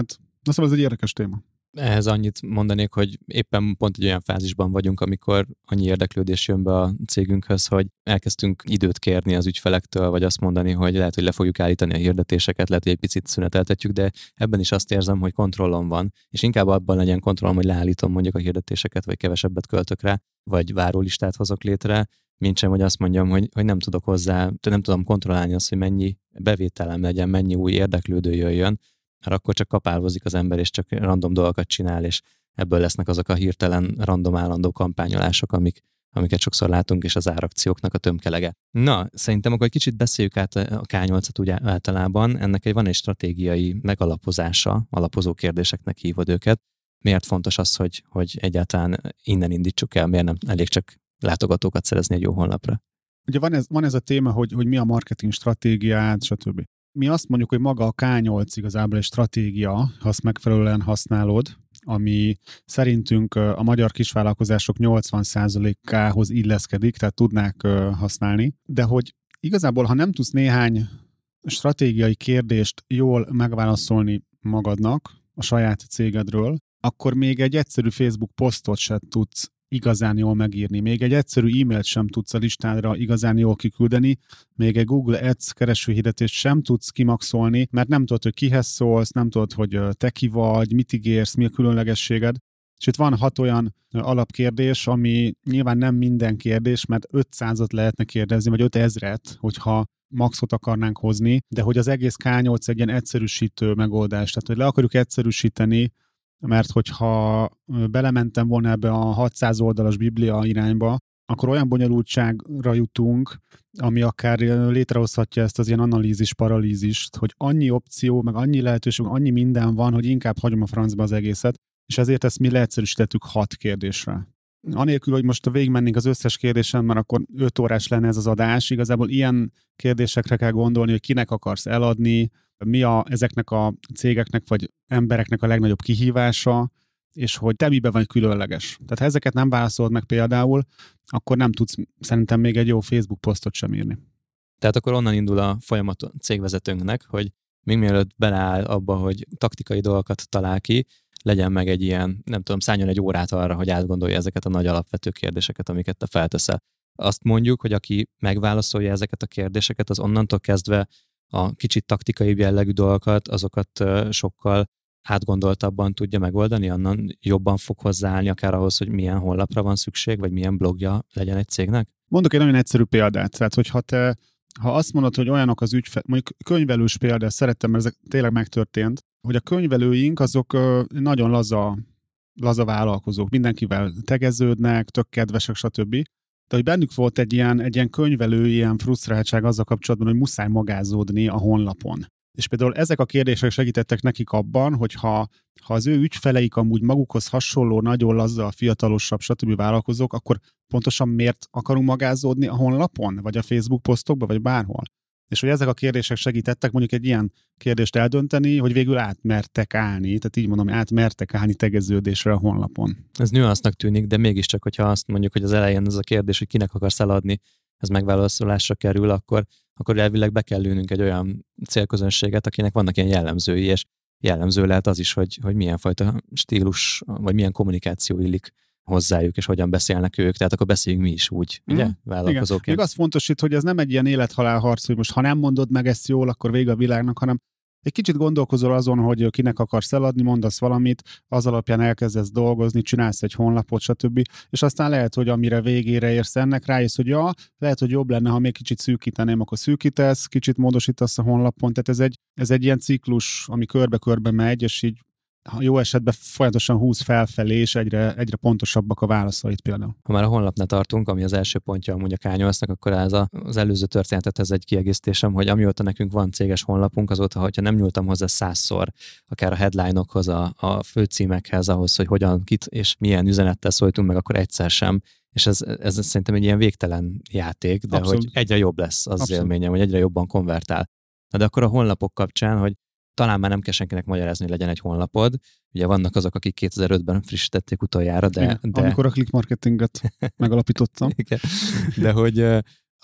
Na szóval ez egy érdekes téma. Ehhez annyit mondanék, hogy éppen pont egy olyan fázisban vagyunk, amikor annyi érdeklődés jön be a cégünkhöz, hogy elkezdtünk időt kérni az ügyfelektől, vagy azt mondani, hogy lehet, hogy le fogjuk állítani a hirdetéseket, lehet, hogy egy picit szüneteltetjük, de ebben is azt érzem, hogy kontrollom van, és inkább abban legyen kontrollom, hogy leállítom mondjuk a hirdetéseket, vagy kevesebbet költök rá, vagy várólistát hozok létre, mint sem, hogy azt mondjam, hogy, hogy nem tudok hozzá, nem tudom kontrollálni azt, hogy mennyi bevételem legyen, mennyi új érdeklődő jöjjön, mert akkor csak kapálvozik az ember, és csak random dolgokat csinál, és ebből lesznek azok a hirtelen random állandó kampányolások, amik, amiket sokszor látunk, és az árakcióknak a tömkelege. Na, szerintem akkor egy kicsit beszéljük át a ká nyolcat úgy általában. Ennek egy, van egy stratégiai megalapozása, alapozó kérdéseknek hívod őket. Miért fontos az, hogy, hogy egyáltalán innen indítsuk el, miért nem elég csak látogatókat szerezni egy jó honlapra? Ugye van ez, van ez a téma, hogy, hogy mi a marketing stratégiát, stb. Mi azt mondjuk, hogy maga a ká nyolc igazából egy stratégia, ha azt megfelelően használod, ami szerintünk a magyar kisvállalkozások nyolcvan százalékához illeszkedik, tehát tudnák használni, de hogy igazából, ha nem tudsz néhány stratégiai kérdést jól megválaszolni magadnak, a saját cégedről, akkor még egy egyszerű Facebook posztot sem tudsz igazán jól megírni. Még egy egyszerű e-mailt sem tudsz a listádra igazán jól kiküldeni, még egy Google Ads keresőhirdetést sem tudsz kimaxolni, mert nem tudod, hogy kihez szólsz, nem tudod, hogy te ki vagy, mit ígérsz, mi a különlegességed. És itt van hat olyan alapkérdés, ami nyilván nem minden kérdés, mert ötszázat lehetne kérdezni, vagy ötezret, hogyha maxot akarnánk hozni, de hogy az egész ká nyolc egy ilyen egyszerűsítő megoldás. Tehát, hogy le akarjuk egyszerűsíteni, mert hogyha belementem volna ebbe a hatszáz oldalas biblia irányba, akkor olyan bonyolultságra jutunk, ami akár létrehozhatja ezt az ilyen analízis paralízist, hogy annyi opció, meg annyi lehetőség, annyi minden van, hogy inkább hagyom a francba az egészet, és ezért ezt mi leegyszerűsítettük hat kérdésre. Anélkül, hogy most végigmennénk az összes kérdésen, mert akkor öt órás lenne ez az adás, igazából ilyen kérdésekre kell gondolni, hogy kinek akarsz eladni, mi a, ezeknek a cégeknek vagy embereknek a legnagyobb kihívása, és hogy te miben vagy különleges. Tehát ha ezeket nem válaszolod meg például, akkor nem tudsz szerintem még egy jó Facebook posztot sem írni. Tehát akkor onnan indul a folyamat a cégvezetőnknek, hogy még mielőtt beleáll abba, hogy taktikai dolgokat talál ki, legyen meg egy ilyen, nem tudom, szálljon egy órát arra, hogy átgondolja ezeket a nagy alapvető kérdéseket, amiket te felteszel. Azt mondjuk, hogy aki megválaszolja ezeket a kérdéseket, az onnantól kezdve a kicsit taktikai jellegű dolgokat, azokat sokkal átgondoltabban tudja megoldani, annan jobban fog hozzáállni akár ahhoz, hogy milyen honlapra van szükség, vagy milyen blogja legyen egy cégnek? Mondok egy nagyon egyszerű példát. Tehát, hogyha te, ha azt mondod, hogy olyanok az ügyfél, mondjuk könyvelős példa, szerettem, mert ez tényleg megtörtént, hogy a könyvelőink azok nagyon laza, laza vállalkozók, mindenkivel tegeződnek, tök kedvesek, stb. De hogy bennük volt egy ilyen, egy ilyen könyvelő, ilyen frusztráltság azzal kapcsolatban, hogy muszáj magázódni a honlapon. És például ezek a kérdések segítettek nekik abban, hogy ha, ha az ő ügyfeleik amúgy magukhoz hasonló, nagyon laza, fiatalosabb, stb. Vállalkozók, akkor pontosan miért akarunk magázódni a honlapon, vagy a Facebook posztokba, vagy bárhol. És hogy ezek a kérdések segítettek mondjuk egy ilyen kérdést eldönteni, hogy végül átmertek állni, tehát így mondom, átmertek állni tegeződésre a honlapon. Ez nüansznak tűnik, de mégiscsak, hogyha azt mondjuk, hogy az elején ez a kérdés, hogy kinek akarsz eladni, ez megválaszolásra kerül, akkor, akkor elvileg be kell lőnünk egy olyan célközönséget, akinek vannak ilyen jellemzői, és jellemző lehet az is, hogy, hogy milyen fajta stílus, vagy milyen kommunikáció illik hozzájuk, és hogyan beszélnek ők, tehát akkor beszéljünk mi is úgy, mm. ugye, vállalkozóként. Még az fontos itt, hogy ez nem egy ilyen élethalál harc, hogy most ha nem mondod meg ezt jól, akkor vége a világnak, hanem egy kicsit gondolkozol azon, hogy kinek akarsz eladni, mondasz valamit, az alapján elkezdesz dolgozni, csinálsz egy honlapot, stb. És aztán lehet, hogy amire végére érsz ennek, rájössz, hogy ja, lehet, hogy jobb lenne, ha még kicsit szűkíteném, akkor szűkítesz, kicsit módosítasz a honlapon, tehát ez egy, ez egy ilyen ciklus, ami körbe-körbe megy, és így ha jó esetben folyamatosan húz felfelé, és egyre, egyre pontosabbak a válaszait például. Ha már a honlapnál tartunk, ami az első pontja amúgy a ká nyolcnak, akkor ez a, az előző történetet, ez egy kiegészítésem, hogy amióta nekünk van céges honlapunk, azóta, hogyha nem nyúltam hozzá százszor, akár a headline-okhoz, a, a főcímekhez, ahhoz, hogy hogyan, kit és milyen üzenettel szóltunk meg, akkor egyszer sem. És ez, ez szerintem egy ilyen végtelen játék, de Abszolút. Hogy egyre jobb lesz az Abszolút. Élményem, hogy egyre jobban konvertál. Na de akkor a honlapok kapcsán, hogy talán már nem kell senkinek magyarázni, hogy legyen egy honlapod. Ugye vannak azok, akik kétezer-ötben frissítették utoljára, de... Igen, de... amikor a click marketinget megalapítottam. Igen. De hogy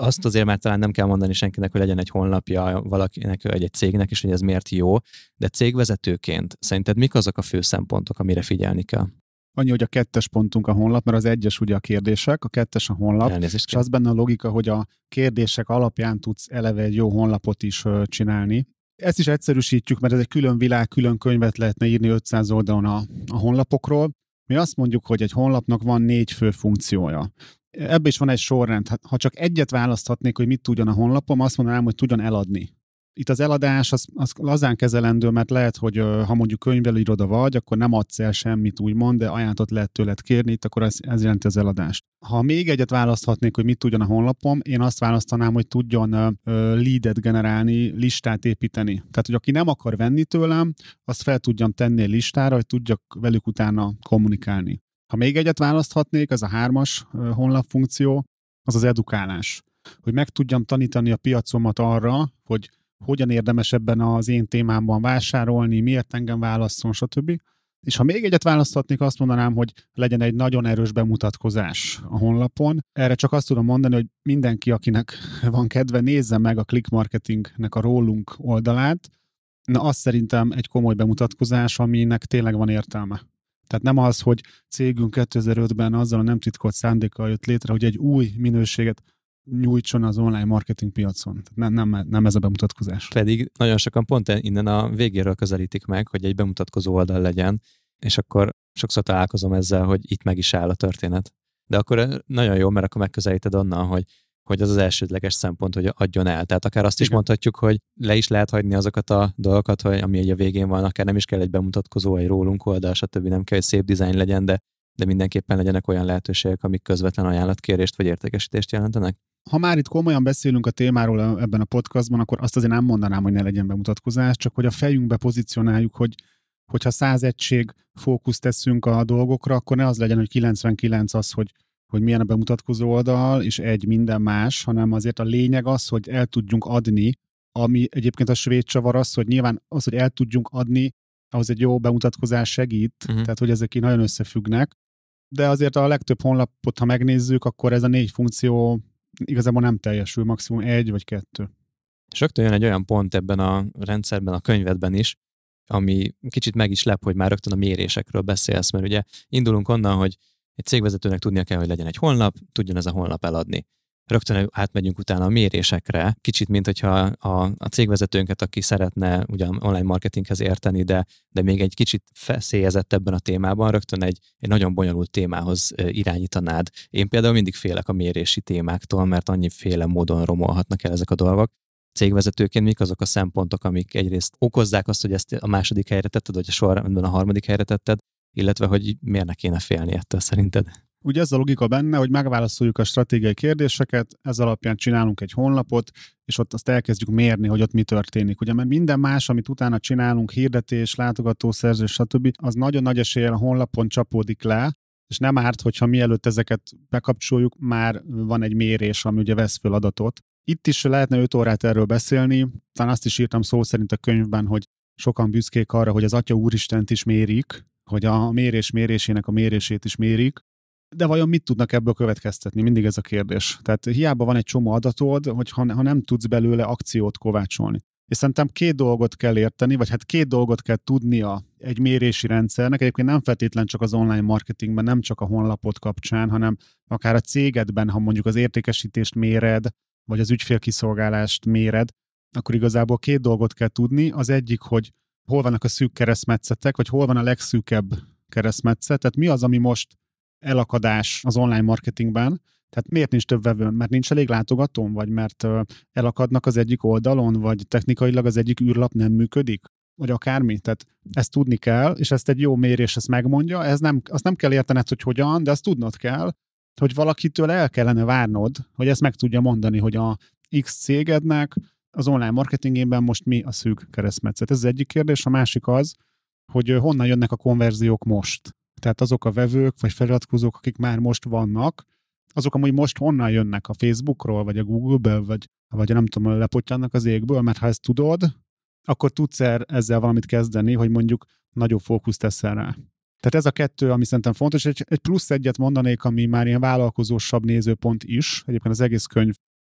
azt azért már talán nem kell mondani senkinek, hogy legyen egy honlapja valakinek, vagy egy cégnek is, hogy ez miért jó, de cégvezetőként szerinted mik azok a fő szempontok, amire figyelni kell? Annyi, hogy a kettes pontunk a honlap, mert az egyes ugye a kérdések, a kettes a honlap, Elnézést és az benne a logika, hogy a kérdések alapján tudsz eleve egy jó honlapot is uh, csinálni. Ezt is egyszerűsítjük, mert ez egy külön világ, külön könyvet lehetne írni ötszáz oldalon a, a honlapokról. Mi azt mondjuk, hogy egy honlapnak van négy fő funkciója. Ebben is van egy sorrend. Ha csak egyet választhatnék, hogy mit tudjon a honlapom, azt mondanám, hogy tudjon eladni. Itt az eladás az, az lazán kezelendő, mert lehet, hogy ha mondjuk könyvelőiroda vagy, akkor nem adsz el semmit, úgymond, de ajánlatot lehet tőled kérni, itt akkor ez, ez jelenti az eladást. Ha még egyet választhatnék, hogy mit tudjon a honlapom, én azt választanám, hogy tudjon uh, leadet generálni, listát építeni. Tehát, hogy aki nem akar venni tőlem, azt fel tudjam tenni egy listára, hogy tudjak velük utána kommunikálni. Ha még egyet választhatnék, ez a hármas uh, honlap funkció, az az edukálás. Hogy meg tudjam tanítani a piacomat arra, hogy hogyan érdemes ebben az én témámban vásárolni, miért engem válasszon, stb. És ha még egyet választhatnék, azt mondanám, hogy legyen egy nagyon erős bemutatkozás a honlapon. Erre csak azt tudom mondani, hogy mindenki, akinek van kedve, nézze meg a Click Marketingnek a rólunk oldalát. Na, az szerintem egy komoly bemutatkozás, aminek tényleg van értelme. Tehát nem az, hogy cégünk kétezer-ötben azzal a nem titkolt szándékkal jött létre, hogy egy új minőséget nyújtson az online marketing piacon. Nem, nem, nem ez a bemutatkozás. Pedig nagyon sokan pont innen a végéről közelítik meg, hogy egy bemutatkozó oldal legyen, és akkor sokszor találkozom ezzel, hogy itt meg is áll a történet. De akkor nagyon jó, mert akkor megközelíted onnan, hogy, hogy az az elsődleges szempont, hogy adjon el. Tehát akár azt is Igen. mondhatjuk, hogy le is lehet hagyni azokat a dolgokat, hogy ami egy a végén van, akár nem is kell egy bemutatkozó, egy rólunk oldal, stb. Nem kell, hogy szép dizájn legyen, de, de mindenképpen legyenek olyan lehetőségek, amik közvetlen ajánlatkérést vagy értékesítést jelentenek. Ha már itt komolyan beszélünk a témáról ebben a podcastban, akkor azt azért nem mondanám, hogy ne legyen bemutatkozás, csak hogy a fejünkbe pozícionáljuk, hogy hogyha száz egység fókuszt teszünk a dolgokra, akkor ne az legyen, hogy kilencvenkilenc az, hogy, hogy milyen a bemutatkozó oldal, és egy minden más, hanem azért a lényeg az, hogy el tudjunk adni, ami egyébként a svéd csavar az, hogy nyilván az, hogy el tudjunk adni, ahhoz egy jó bemutatkozás segít, uh-huh. tehát hogy ezek így nagyon összefüggnek, de azért a legtöbb honlapot, ha megnézzük, akkor ez a négy funkció igazából nem teljesül, maximum egy vagy kettő. És rögtön jön egy olyan pont ebben a rendszerben, a könyvedben is, ami kicsit meg is lep, hogy már rögtön a mérésekről beszélsz, mert ugye indulunk onnan, hogy egy cégvezetőnek tudnia kell, hogy legyen egy honlap, tudjon ez a honlap eladni. Rögtön átmegyünk utána a mérésekre, kicsit, mint hogyha a, a cégvezetőnket, aki szeretne ugyan online marketinghez érteni, de, de még egy kicsit feszélyezett ebben a témában, rögtön egy, egy nagyon bonyolult témához irányítanád. Én például mindig félek a mérési témáktól, mert annyiféle módon romolhatnak el ezek a dolgok. Cégvezetőként mik azok a szempontok, amik egyrészt okozzák azt, hogy ezt a második helyre tetted, vagy a sorrendben a harmadik helyre tetted, illetve hogy miért ne kéne félni ettől szerinted? Ugye ez a logika benne, hogy megválaszoljuk a stratégiai kérdéseket, ez alapján csinálunk egy honlapot, és ott azt elkezdjük mérni, hogy ott mi történik. Ugye, mert minden más, amit utána csinálunk, hirdetés, látogatószerzés, stb., az nagyon nagy eséllyel a honlapon csapódik le, és nem árt, hogyha mielőtt ezeket bekapcsoljuk, már van egy mérés, ami ugye vesz föl adatot. Itt is lehetne öt órát erről beszélni, talán azt is írtam szó szerint a könyvben, hogy sokan büszkék arra, hogy az Atya Úristent is mérik, hogy a mérés mérésének a mérését is mérik, de vajon mit tudnak ebből következtetni? Mindig ez a kérdés. Tehát hiába van egy csomó adatod, hogy ha, ha nem tudsz belőle akciót kovácsolni. És szerintem két dolgot kell érteni, vagy hát két dolgot kell tudnia egy mérési rendszernek. Egyébként nem feltétlen csak az online marketingben, nem csak a honlapot kapcsán, hanem akár a cégedben, ha mondjuk az értékesítést méred, vagy az ügyfélkiszolgálást méred, akkor igazából két dolgot kell tudni. Az egyik, hogy hol vannak a szűk keresztmetszetek, vagy hol van a legszűkebb keresztmetszet. Tehát mi az, ami most elakadás az online marketingben, tehát miért nincs több vevőm? Mert nincs elég látogatóm, vagy mert elakadnak az egyik oldalon, vagy technikailag az egyik űrlap nem működik, vagy akármi. Tehát ezt tudni kell, és ezt egy jó mérés ezt megmondja, ez nem, azt nem kell értened, hogy hogyan, de azt tudnod kell, hogy valakitől el kellene várnod, hogy ezt meg tudja mondani, hogy a X cégednek az online marketingében most mi a szűk keresztmetszet. Ez az egyik kérdés, a másik az, hogy honnan jönnek a konverziók most. Tehát azok a vevők vagy feliratkozók, akik már most vannak, azok amúgy most honnan jönnek a Facebookról, vagy a Google-ből, vagy, vagy nem tudom, lepottyannak az égből, mert ha ezt tudod, akkor tudsz ezzel valamit kezdeni, hogy mondjuk nagyobb fókuszt teszel rá. Tehát ez a kettő, ami szerintem fontos. Egy, egy plusz egyet mondanék, ami már ilyen vállalkozósabb nézőpont is. Egyébként az egész könyv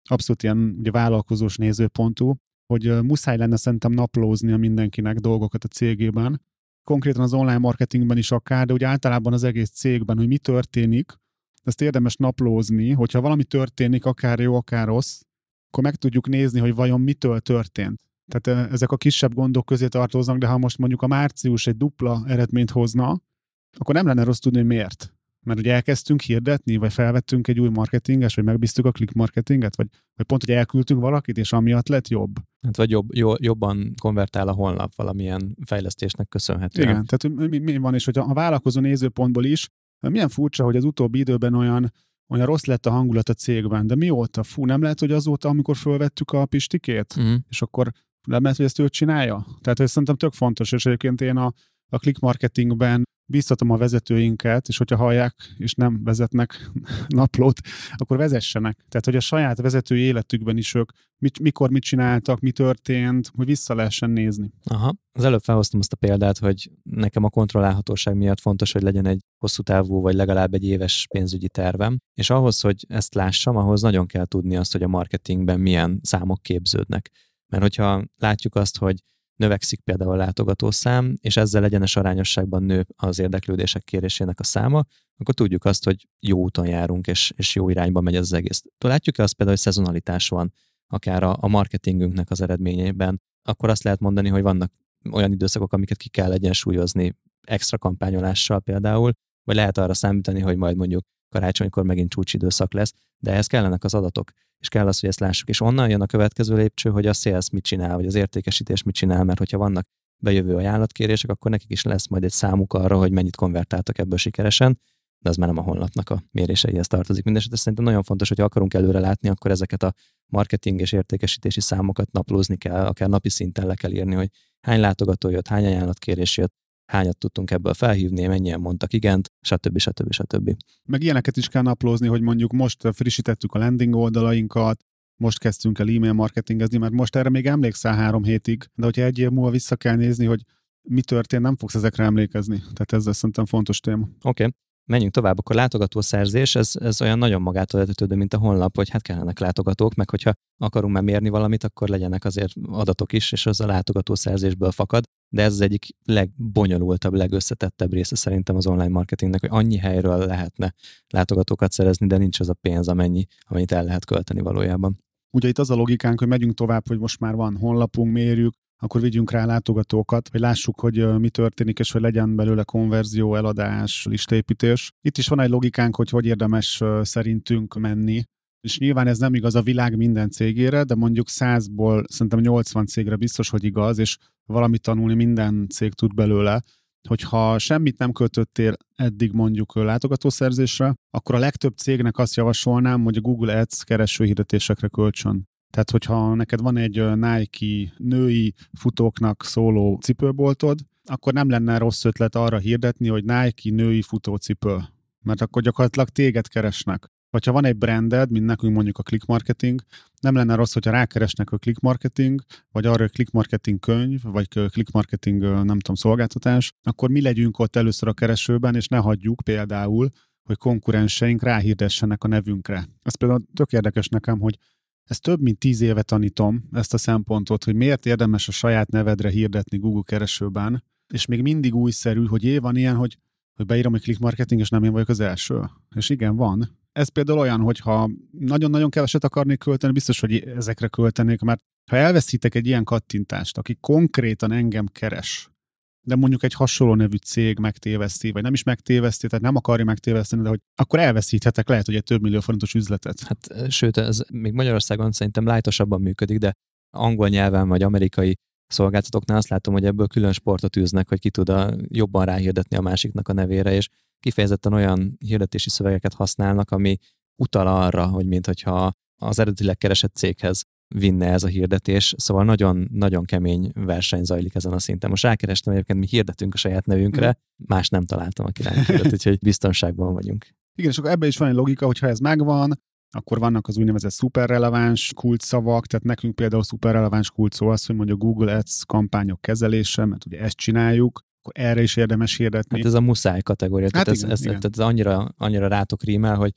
abszolút ilyen ugye, vállalkozós nézőpontú, hogy muszáj lenne szerintem naplóznia mindenkinek dolgokat a cégében. Konkrétan az online marketingben is akár, de úgy általában az egész cégben, hogy mi történik, ezt érdemes naplózni, hogyha valami történik, akár jó, akár rossz, akkor meg tudjuk nézni, hogy vajon mitől történt. Tehát ezek a kisebb gondok közé tartoznak, de ha most mondjuk a március egy dupla eredményt hozna, akkor nem lenne rossz tudni, hogy miért. Mert ugye elkezdtünk hirdetni, vagy felvettünk egy új marketinges, vagy megbíztuk a click marketinget, vagy, vagy pont, hogy elküldtünk valakit, és amiatt lett jobb. Hát vagy jobb, jó, jobban konvertál a honlap valamilyen fejlesztésnek köszönhetően. Igen, tehát mi, mi van, és hogyha a vállalkozó nézőpontból is, milyen furcsa, hogy az utóbbi időben olyan, olyan rossz lett a hangulat a cégben, de mióta? Fú, nem lehet, hogy azóta, amikor fölvettük a Pistikét, uh-huh. és akkor nem lehet, hogy ezt ő csinálja? Tehát ez szerintem tök fontos, és egyébként én a, a click marketingben bíztatom a vezetőinket, és hogyha hallják, és nem vezetnek naplót, akkor vezessenek. Tehát, hogy a saját vezetői életükben is ők mit, mikor mit csináltak, mi történt, hogy vissza lehessen nézni. Aha. Az előbb felhoztam azt a példát, hogy nekem a kontrollálhatóság miatt fontos, hogy legyen egy hosszú távú, vagy legalább egy éves pénzügyi tervem, és ahhoz, hogy ezt lássam, ahhoz nagyon kell tudni azt, hogy a marketingben milyen számok képződnek. Mert hogyha látjuk azt, hogy növekszik például a látogatószám, és ezzel egyenes arányosságban nő az érdeklődések kérésének a száma, akkor tudjuk azt, hogy jó úton járunk, és, és jó irányba megy ez az egész. Látjuk-e azt például, hogy szezonalitás van akár a, a marketingünknek az eredményében, akkor azt lehet mondani, hogy vannak olyan időszakok, amiket ki kell egyensúlyozni extra kampányolással például, vagy lehet arra számítani, hogy majd mondjuk karácsonykor megint csúcsidőszak lesz, de ehhez kellenek az adatok, és kell az, hogy ezt lássuk. És onnan jön a következő lépcső, hogy a sales mit csinál, vagy az értékesítés mit csinál, mert hogyha vannak bejövő ajánlatkérések, akkor nekik is lesz majd egy számuk arra, hogy mennyit konvertáltak ebből sikeresen, de az már nem a honlapnak a méréseihez tartozik. Mindenesetre szerintem nagyon fontos, hogy akarunk előre látni, akkor ezeket a marketing és értékesítési számokat naplózni kell, akár napi szinten le kell írni, hogy hány látogató jött, hány ajánlatkérés jött, hányat tudtunk ebből felhívni, mennyien mondtak igent, stb. stb. stb. Meg ilyeneket is kell naplózni, hogy mondjuk most frissítettük a landing oldalainkat, most kezdtünk el e-mail marketingezni, mert most erre még emlékszel három hétig, de hogyha egy év múlva vissza kell nézni, hogy mi történt, nem fogsz ezekre emlékezni. Tehát ez szerintem fontos téma. Oké. Okay. Menjünk tovább, akkor látogatószerzés, ez, ez olyan nagyon magától értetődő, mint a honlap, hogy hát kellenek látogatók, meg hogyha akarunk már mérni valamit, akkor legyenek azért adatok is, és az a látogatószerzésből fakad, de ez az egyik legbonyolultabb, legösszetettebb része szerintem az online marketingnek, hogy annyi helyről lehetne látogatókat szerezni, de nincs az a pénz, amennyi, amennyit el lehet költeni valójában. Ugye itt az a logikánk, hogy megyünk tovább, hogy most már van honlapunk, mérjük, akkor vigyünk rá látogatókat, hogy lássuk, hogy mi történik, és hogy legyen belőle konverzió, eladás, listaépítés. Itt is van egy logikánk, hogy hogy érdemes szerintünk menni, és nyilván ez nem igaz a világ minden cégére, de mondjuk százból szerintem nyolcvan cégre biztos, hogy igaz, és valamit tanulni minden cég tud belőle, hogyha semmit nem költöttél eddig mondjuk látogatószerzésre, akkor a legtöbb cégnek azt javasolnám, hogy a Google Ads keresőhirdetésekre költsön. Tehát, hogyha neked van egy Nike női futóknak szóló cipőboltod, akkor nem lenne rossz ötlet arra hirdetni, hogy Nike női futócipő. Mert akkor gyakorlatilag téged keresnek. Vagy ha van egy branded, mint nekünk mondjuk a click marketing, nem lenne rossz, hogyha rákeresnek a click marketing, vagy arra a click marketing könyv, vagy click marketing, nem tudom, szolgáltatás, akkor mi legyünk ott először a keresőben, és ne hagyjuk például, hogy konkurenseink ráhirdessenek a nevünkre. Ez például tök érdekes nekem, hogy ezt több mint tíz éve tanítom, ezt a szempontot, hogy miért érdemes a saját nevedre hirdetni Google keresőben, és még mindig újszerű, hogy é, van ilyen, hogy, hogy beírom, hogy click marketing, és nem én vagyok az első. És igen, van. Ez például olyan, hogyha nagyon-nagyon keveset akarnék költeni, biztos, hogy ezekre költenék, mert ha elveszítek egy ilyen kattintást, aki konkrétan engem keres, de mondjuk egy hasonló nevű cég megtéveszti, vagy nem is megtéveszti, tehát nem akarja megtéveszteni, de hogy akkor elveszíthetek lehet, hogy egy több millió forintos üzletet. Hát sőt, ez még Magyarországon szerintem lájtosabban működik, de angol nyelven vagy amerikai szolgáltatóknál azt látom, hogy ebből külön sportot űznek, hogy ki tud a, jobban ráhirdetni a másiknak a nevére, és kifejezetten olyan hirdetési szövegeket használnak, ami utal arra, hogy minthogyha az eredetileg keresett céghez vinne ez a hirdetés, szóval nagyon-nagyon kemény verseny zajlik ezen a szinten. Most rákerestem, egyébként mi hirdetünk a saját nevünkre, mm. más nem találtam, aki ránk hirdet, úgyhogy biztonságban vagyunk. Igen, és akkor ebben is van egy logika, hogyha ez megvan, akkor vannak az úgynevezett szuperreleváns kulcsszavak, tehát nekünk például szuperreleváns kulcsszó az, hogy mondjuk Google Ads kampányok kezelése, mert ugye ezt csináljuk, akkor erre is érdemes hirdetni. Hát ez a muszáj kategória, Hát tehát, igen, ez, ez, igen. tehát ez annyira, annyira rátok rímel, hogy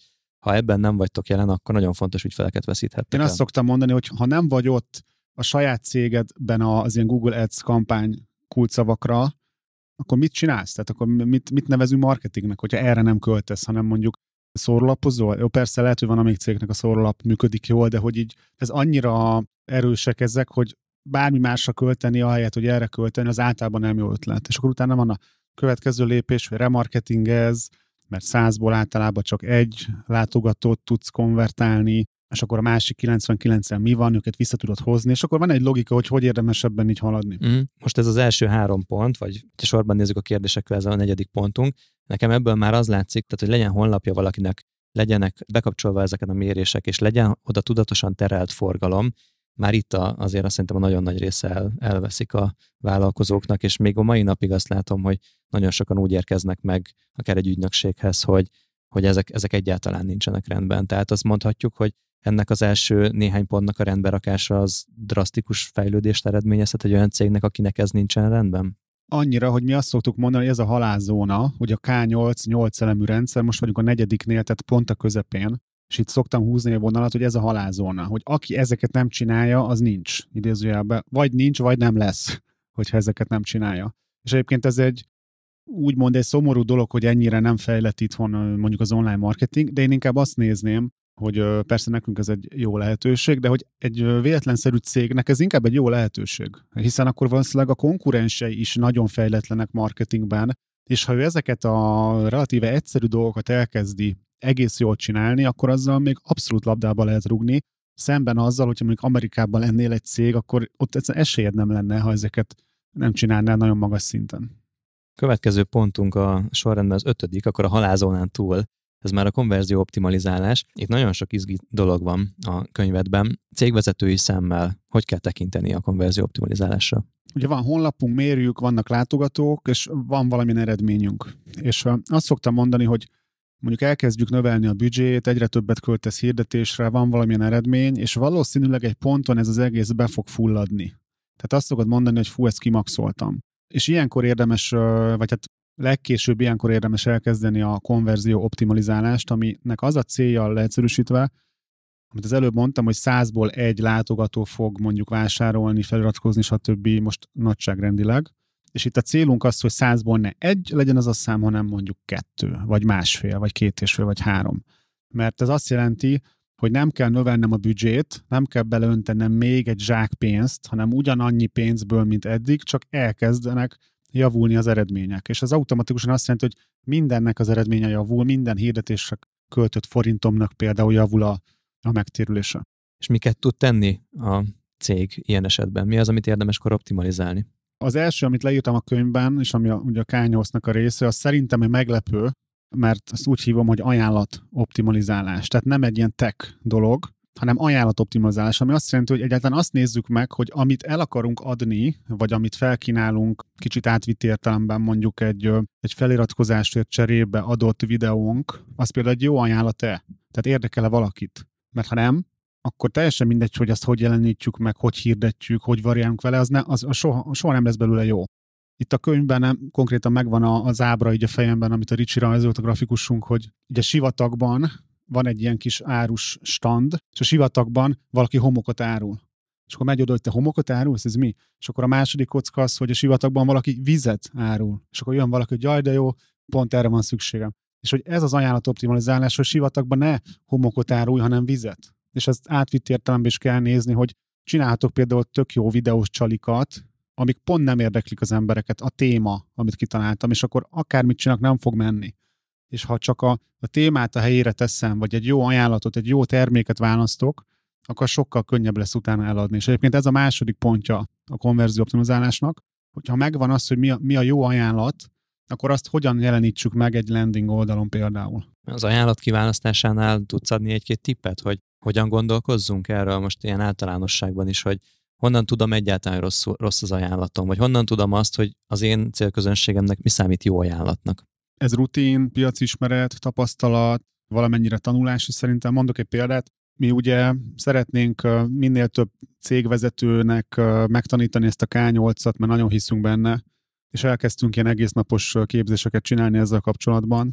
ha ebben nem vagytok jelen, akkor nagyon fontos ügyfeleket veszíthettek Én el. azt szoktam mondani, hogy ha nem vagy ott a saját cégedben az ilyen Google Ads kampány kulcsszavakra, akkor mit csinálsz? Tehát akkor mit, mit nevezünk marketingnek, hogyha erre nem költesz, hanem mondjuk szórólapozol? Jó, persze lehet, hogy van amelyik cégnek a szórólap működik jól, de hogy így ez annyira erősek ezek, hogy bármi másra költeni, ahelyett, hogy erre költeni, az általában nem jó ötlet. És akkor utána van a következő lépés, hogy remarketingez, mert százból általában csak egy látogatót tudsz konvertálni, és akkor a másik kilencvenkilencen mi van, őket vissza tudod hozni, és akkor van egy logika, hogy hogy érdemes ebben így haladni. Mm. Most ez az első három pont, vagy ha sorban nézzük a kérdésekkel, ez a negyedik pontunk. Nekem ebből már az látszik, tehát hogy legyen honlapja valakinek, legyenek bekapcsolva ezeken a mérések, és legyen oda tudatosan terelt forgalom, már itt a, azért azt szerintem a nagyon nagy része el, elveszik a vállalkozóknak, és még a mai napig azt látom, hogy nagyon sokan úgy érkeznek meg akár egy ügynökséghez, hogy, hogy ezek, ezek egyáltalán nincsenek rendben. Tehát azt mondhatjuk, hogy ennek az első néhány pontnak a rendberakása az drasztikus fejlődést eredményezhet egy olyan cégnek, akinek ez nincsen rendben? Annyira, hogy mi azt szoktuk mondani, hogy ez a halálzóna, hogy a ká nyolc nyolc elemű rendszer, most vagyunk a negyediknél, tehát pont a közepén, és itt szoktam húzni a vonalat, hogy ez a halálzóna, hogy aki ezeket nem csinálja, az nincs, idézőjelben. Vagy nincs, vagy nem lesz, hogyha ezeket nem csinálja. És egyébként ez egy úgymond egy szomorú dolog, hogy ennyire nem fejlett itthon mondjuk az online marketing, de én inkább azt nézném, hogy persze nekünk ez egy jó lehetőség, de hogy egy véletlenszerű cégnek ez inkább egy jó lehetőség. Hiszen akkor valószínűleg a konkurensei is nagyon fejletlenek marketingben, és ha ő ezeket a relatíve egyszerű dolgokat elkezdi egész jól csinálni, akkor azzal még abszolút labdába lehet rúgni, szemben azzal, hogyha mondjuk Amerikában lennél egy cég, akkor ott egyszerűen esélyed nem lenne, ha ezeket nem csinálnál nagyon magas szinten. Következő pontunk a sorrendben az ötödik, akkor a halálzónán túl, ez már a konverzió optimalizálás. Itt nagyon sok izgi dolog van a könyvedben. Cégvezetői szemmel hogy kell tekinteni a konverzió optimalizálásra? Ugye van honlapunk, mérjük, vannak látogatók, és van valamilyen eredményünk. És azt szoktam mondani, hogy mondjuk elkezdjük növelni a büdzsét, egyre többet költesz hirdetésre, van valamilyen eredmény, és valószínűleg egy ponton ez az egész be fog fulladni. Tehát azt szokod mondani, hogy fú, ezt kimaxoltam. És ilyenkor érdemes, vagy hát legkésőbb ilyenkor érdemes elkezdeni a konverzió optimalizálást, aminek az a célja leegyszerűsítve, amit az előbb mondtam, hogy százból egy látogató fog mondjuk vásárolni, feliratkozni, stb. Most nagyságrendileg. És itt a célunk az, hogy százból ne egy legyen az a szám, hanem mondjuk kettő, vagy másfél, vagy két és fél, vagy három. Mert ez azt jelenti, hogy nem kell növelnem a büdzsét, nem kell beleöntenem még egy zsák pénzt, hanem ugyanannyi pénzből, mint eddig, csak elkezdenek javulni az eredmények. És az automatikusan azt jelenti, hogy mindennek az eredménye javul, minden hirdetésre költött forintomnak például javul a, a megtérülése. És miket tud tenni a cég ilyen esetben? Mi az, amit érdemes optimalizálni? Az első, amit leírtam a könyvben, és ami a, ugye a ká nyolcnak a része, az szerintem egy meglepő, mert azt úgy hívom, hogy ajánlat optimalizálás. Tehát nem egy ilyen tech dolog, hanem ajánlat optimalizálás, ami azt jelenti, hogy egyáltalán azt nézzük meg, hogy amit el akarunk adni, vagy amit felkínálunk, kicsit átvitt értelemben mondjuk egy, egy feliratkozásért cserébe adott videónk, az például egy jó ajánlat-e? Tehát érdekel-e valakit? Mert ha nem, akkor teljesen mindegy, hogy azt hogy jelenítjük meg, hogy hirdetjük, hogy variálunk vele, az, ne, az, az soha, soha nem lesz belőle jó. Itt a könyvben nem, konkrétan megvan az ábra így a fejemben, amit a Ricsi rajzolt a grafikusunk, hogy ugye sivatagban van egy ilyen kis árus stand, és a sivatagban valaki homokot árul. És akkor megy oda, hogy te homokot árulsz, ez mi? És akkor a második kocka az, hogy a sivatagban valaki vizet árul. És akkor jön valaki, hogy jaj, de jó, pont erre van szükségem. És hogy ez az ajánlat optimalizálás, hogy sivatagban ne homokot árulj, hanem vizet. És ezt átvitt értelemben is kell nézni, hogy csinálhatok például tök jó videós csalikat, amik pont nem érdeklik az embereket, a téma, amit kitaláltam, és akkor akármit csinálok, nem fog menni. És ha csak a, a témát a helyére teszem, vagy egy jó ajánlatot, egy jó terméket választok, akkor sokkal könnyebb lesz utána eladni. És egyébként ez a második pontja a konverzió optimizálásnak, hogyha megvan az, hogy mi a, mi a jó ajánlat, akkor azt hogyan jelenítsük meg egy landing oldalon például. Az ajánlat kiválasztásánál tudsz adni egy-két tippet, hogy hogyan gondolkozzunk erről most ilyen általánosságban is, hogy honnan tudom egyáltalán rossz, rossz az ajánlatom, vagy honnan tudom azt, hogy az én célközönségemnek mi számít jó ajánlatnak. Ez rutin, piacismeret, tapasztalat, valamennyire tanulás, és szerintem mondok egy példát. Mi ugye szeretnénk minél több cégvezetőnek megtanítani ezt a ká nyolcat, mert nagyon hiszünk benne, és elkezdtünk ilyen egésznapos képzéseket csinálni ezzel kapcsolatban,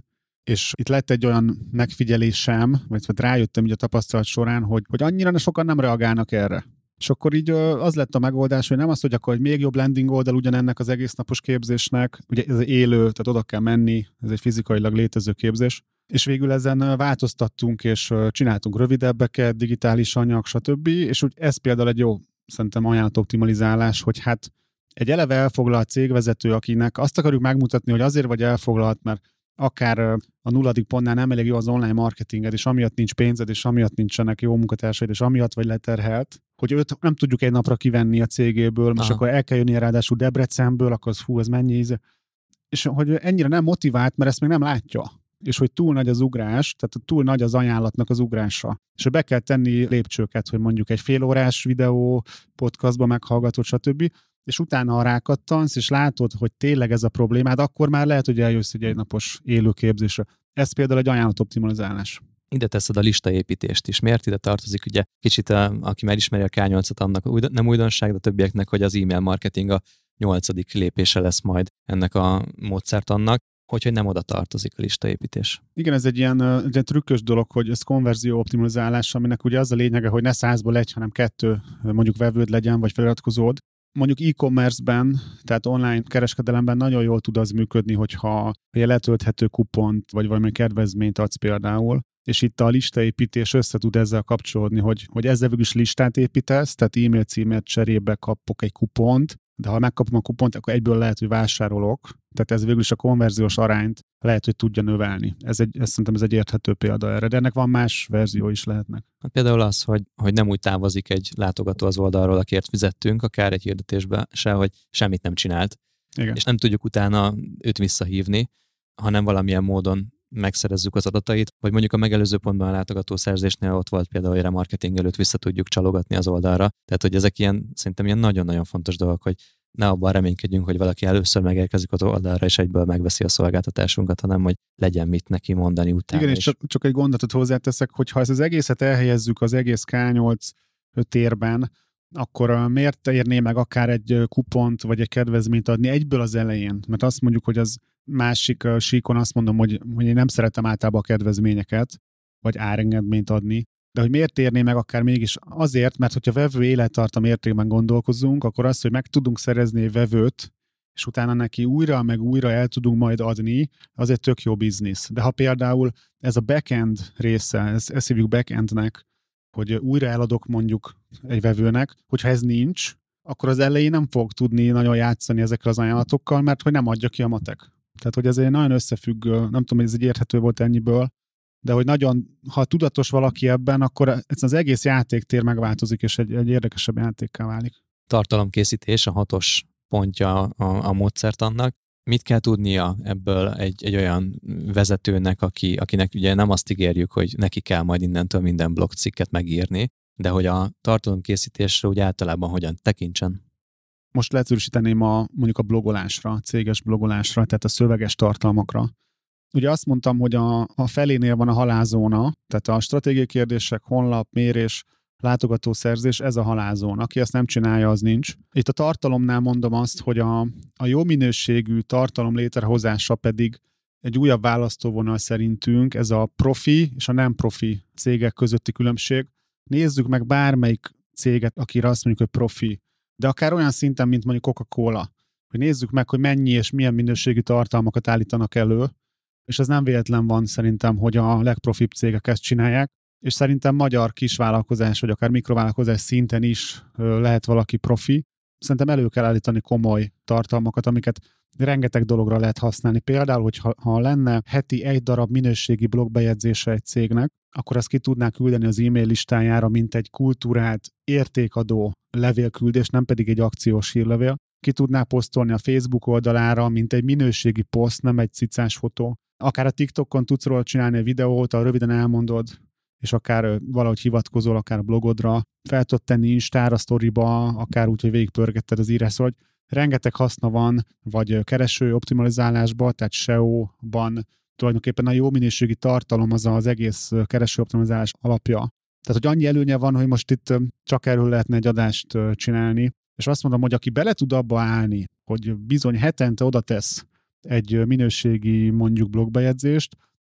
És itt lett egy olyan megfigyelésem, vagy rájöttem így a tapasztalat során, hogy, hogy annyira sokan nem reagálnak erre. És akkor így az lett a megoldás, hogy nem az, hogy akkor egy még jobb landing oldal ugyanennek az egész napos képzésnek, ugye ez élő, tehát oda kell menni, ez egy fizikailag létező képzés, és végül ezen változtattunk, és csináltunk rövidebbeket, digitális anyag, stb. És úgy ez például egy jó, szerintem ajánlatoptimalizálás, hogy hát egy eleve elfoglalt cégvezető, akinek azt akarjuk megmutatni, hogy azért vagy elfoglalt, mert akár a nulladik pontnál nem elég jó az online marketinged, és amiatt nincs pénzed, és amiatt nincsenek jó munkatársaid, és amiatt vagy leterhelt, hogy őt nem tudjuk egy napra kivenni a cégéből, most akkor el kell jönni ráadásul Debrecenből, akkor az fú, ez mennyi íze. És hogy ennyire nem motivált, mert ezt még nem látja. És hogy túl nagy az ugrás, tehát túl nagy az ajánlatnak az ugrása. És hogy be kell tenni lépcsőket, hogy mondjuk egy félórás videó, podcastba meghallgatod, stb., és utána ha rákattansz, és látod, hogy tényleg ez a problémád, akkor már lehet, hogy eljössz egy egynapos élőképzésre. Ez például egy ajánlatoptimalizálás. Ide teszed a listaépítést is. Miért ide tartozik? Ugye kicsit, a, aki már ismeri a ká nyolcat, annak nem újdonság, de a többieknek, hogy az e-mail marketing a nyolcadik lépése lesz majd ennek a módszertannak, hogy nem oda tartozik a listaépítés. Igen, ez egy ilyen, egy ilyen trükkös dolog, hogy ez konverzió optimalizálás, aminek ugye az a lényege, hogy ne százból egy, hanem kettő mondjuk vevőd legyen, vagy feliratkozód. Mondjuk e-commerce-ben, tehát online kereskedelemben nagyon jól tud az működni, hogyha egy letölthető kupont, vagy valami kedvezményt adsz például, és itt a listaépítés össze tud ezzel kapcsolódni, hogy, hogy ezzel végül is listát építesz, tehát e-mail címet cserébe kapok egy kupont, de ha megkapom a kupont, akkor egyből lehet, hogy vásárolok, tehát ez végül is a konverziós arányt lehet, hogy tudja növelni. Ez egy, ez szerintem ez egy érthető példa erre, de ennek van más verzió is lehetnek. Hát például az, hogy, hogy nem úgy távozik egy látogató az oldalról, akiért fizettünk, akár egy hirdetésbe se, hogy semmit nem csinált, igen. És nem tudjuk utána őt visszahívni, hanem valamilyen módon megszerezzük az adatait, vagy mondjuk a megelőző pontban a látogatószerzésnél ott volt például, hogy remarketing előtt vissza tudjuk csalogatni az oldalra. Tehát, hogy ezek ilyen, szerintem ilyen nagyon-nagyon fontos dolgok, hogy ne abban reménykedjünk, hogy valaki először megérkezik az oldalra, és egyből megveszi a szolgáltatásunkat, hanem hogy legyen mit neki mondani utána. Igen, és csak, csak egy gondolatot hozzáteszek, hogy ha ezt az egészet elhelyezzük az egész ká nyolc térben, akkor miért érné meg akár egy kupont, vagy egy kedvezményt adni egyből az elején? Mert azt mondjuk, hogy az másik síkon azt mondom, hogy, hogy én nem szeretem általában a kedvezményeket, vagy árengedményt adni, de hogy miért érné meg akár mégis azért, mert hogyha vevő élettartam értékben gondolkozunk, akkor az, hogy meg tudunk szerezni egy vevőt, és utána neki újra meg újra el tudunk majd adni, az egy tök jó biznisz. De ha például ez a backend része, ezt, ezt hívjuk backendnek, hogy újra eladok mondjuk egy vevőnek, hogyha ez nincs, akkor az elején nem fog tudni nagyon játszani ezekkel az ajánlatokkal, mert hogy nem adja ki a matek. Tehát, hogy ez egy nagyon összefüggő, nem tudom, hogy ez egy érthető volt ennyiből, de hogy nagyon, ha tudatos valaki ebben, akkor ez az egész játéktér megváltozik, és egy, egy érdekesebb játékká válik. Tartalomkészítés, a hatos pontja a, a módszertannak. Mit kell tudnia ebből egy, egy olyan vezetőnek, aki, akinek ugye nem azt ígérjük, hogy neki kell majd innentől minden blogcikket megírni, de hogy a tartalomkészítésre úgy általában hogyan tekintsen? Most leegyszerűsíteném a, mondjuk a blogolásra, a céges blogolásra, tehát a szöveges tartalmakra. Ugye azt mondtam, hogy a, a felénél van a halálzóna, tehát a stratégiai kérdések, honlap, mérés, látogatószerzés, ez a halálzóna. Aki ezt nem csinálja, az nincs. Itt a tartalomnál mondom azt, hogy a, a jó minőségű tartalom létrehozása pedig egy újabb választóvonal szerintünk, ez a profi és a nem profi cégek közötti különbség. Nézzük meg bármelyik céget, akire azt mondjuk, hogy profi, de akár olyan szinten, mint mondjuk Coca-Cola, hogy nézzük meg, hogy mennyi és milyen minőségű tartalmakat állítanak elő, és ez nem véletlen van szerintem, hogy a legprofibb cégek ezt csinálják, és szerintem magyar kisvállalkozás, vagy akár mikrovállalkozás szinten is lehet valaki profi. Szerintem elő kell állítani komoly tartalmakat, amiket rengeteg dologra lehet használni. Például, hogy ha, ha lenne heti egy darab minőségi blogbejegyzése egy cégnek, akkor azt ki tudnák küldeni az e-mail listájára, mint egy kultúrált, értékadó levélküldés, nem pedig egy akciós hírlevél. Ki tudná posztolni a Facebook oldalára, mint egy minőségi poszt, nem egy cicás fotó. Akár a TikTokon tudsz róla csinálni egy videót, ahol röviden elmondod, és akár valahogy hivatkozol, akár a blogodra, fel tudod tenni Instára, Storyba, akár úgy, hogy végigpörgetted az írás, hogy rengeteg haszna van, vagy kereső optimalizálásban, tehát es e o-ban tulajdonképpen a jó minőségi tartalom az az egész kereső optimalizálás alapja. Tehát, hogy annyi előnye van, hogy most itt csak erről lehetne egy adást csinálni, és azt mondom, hogy aki bele tud abba állni, hogy bizony hetente oda tesz egy minőségi mondjuk blogbejegyzést,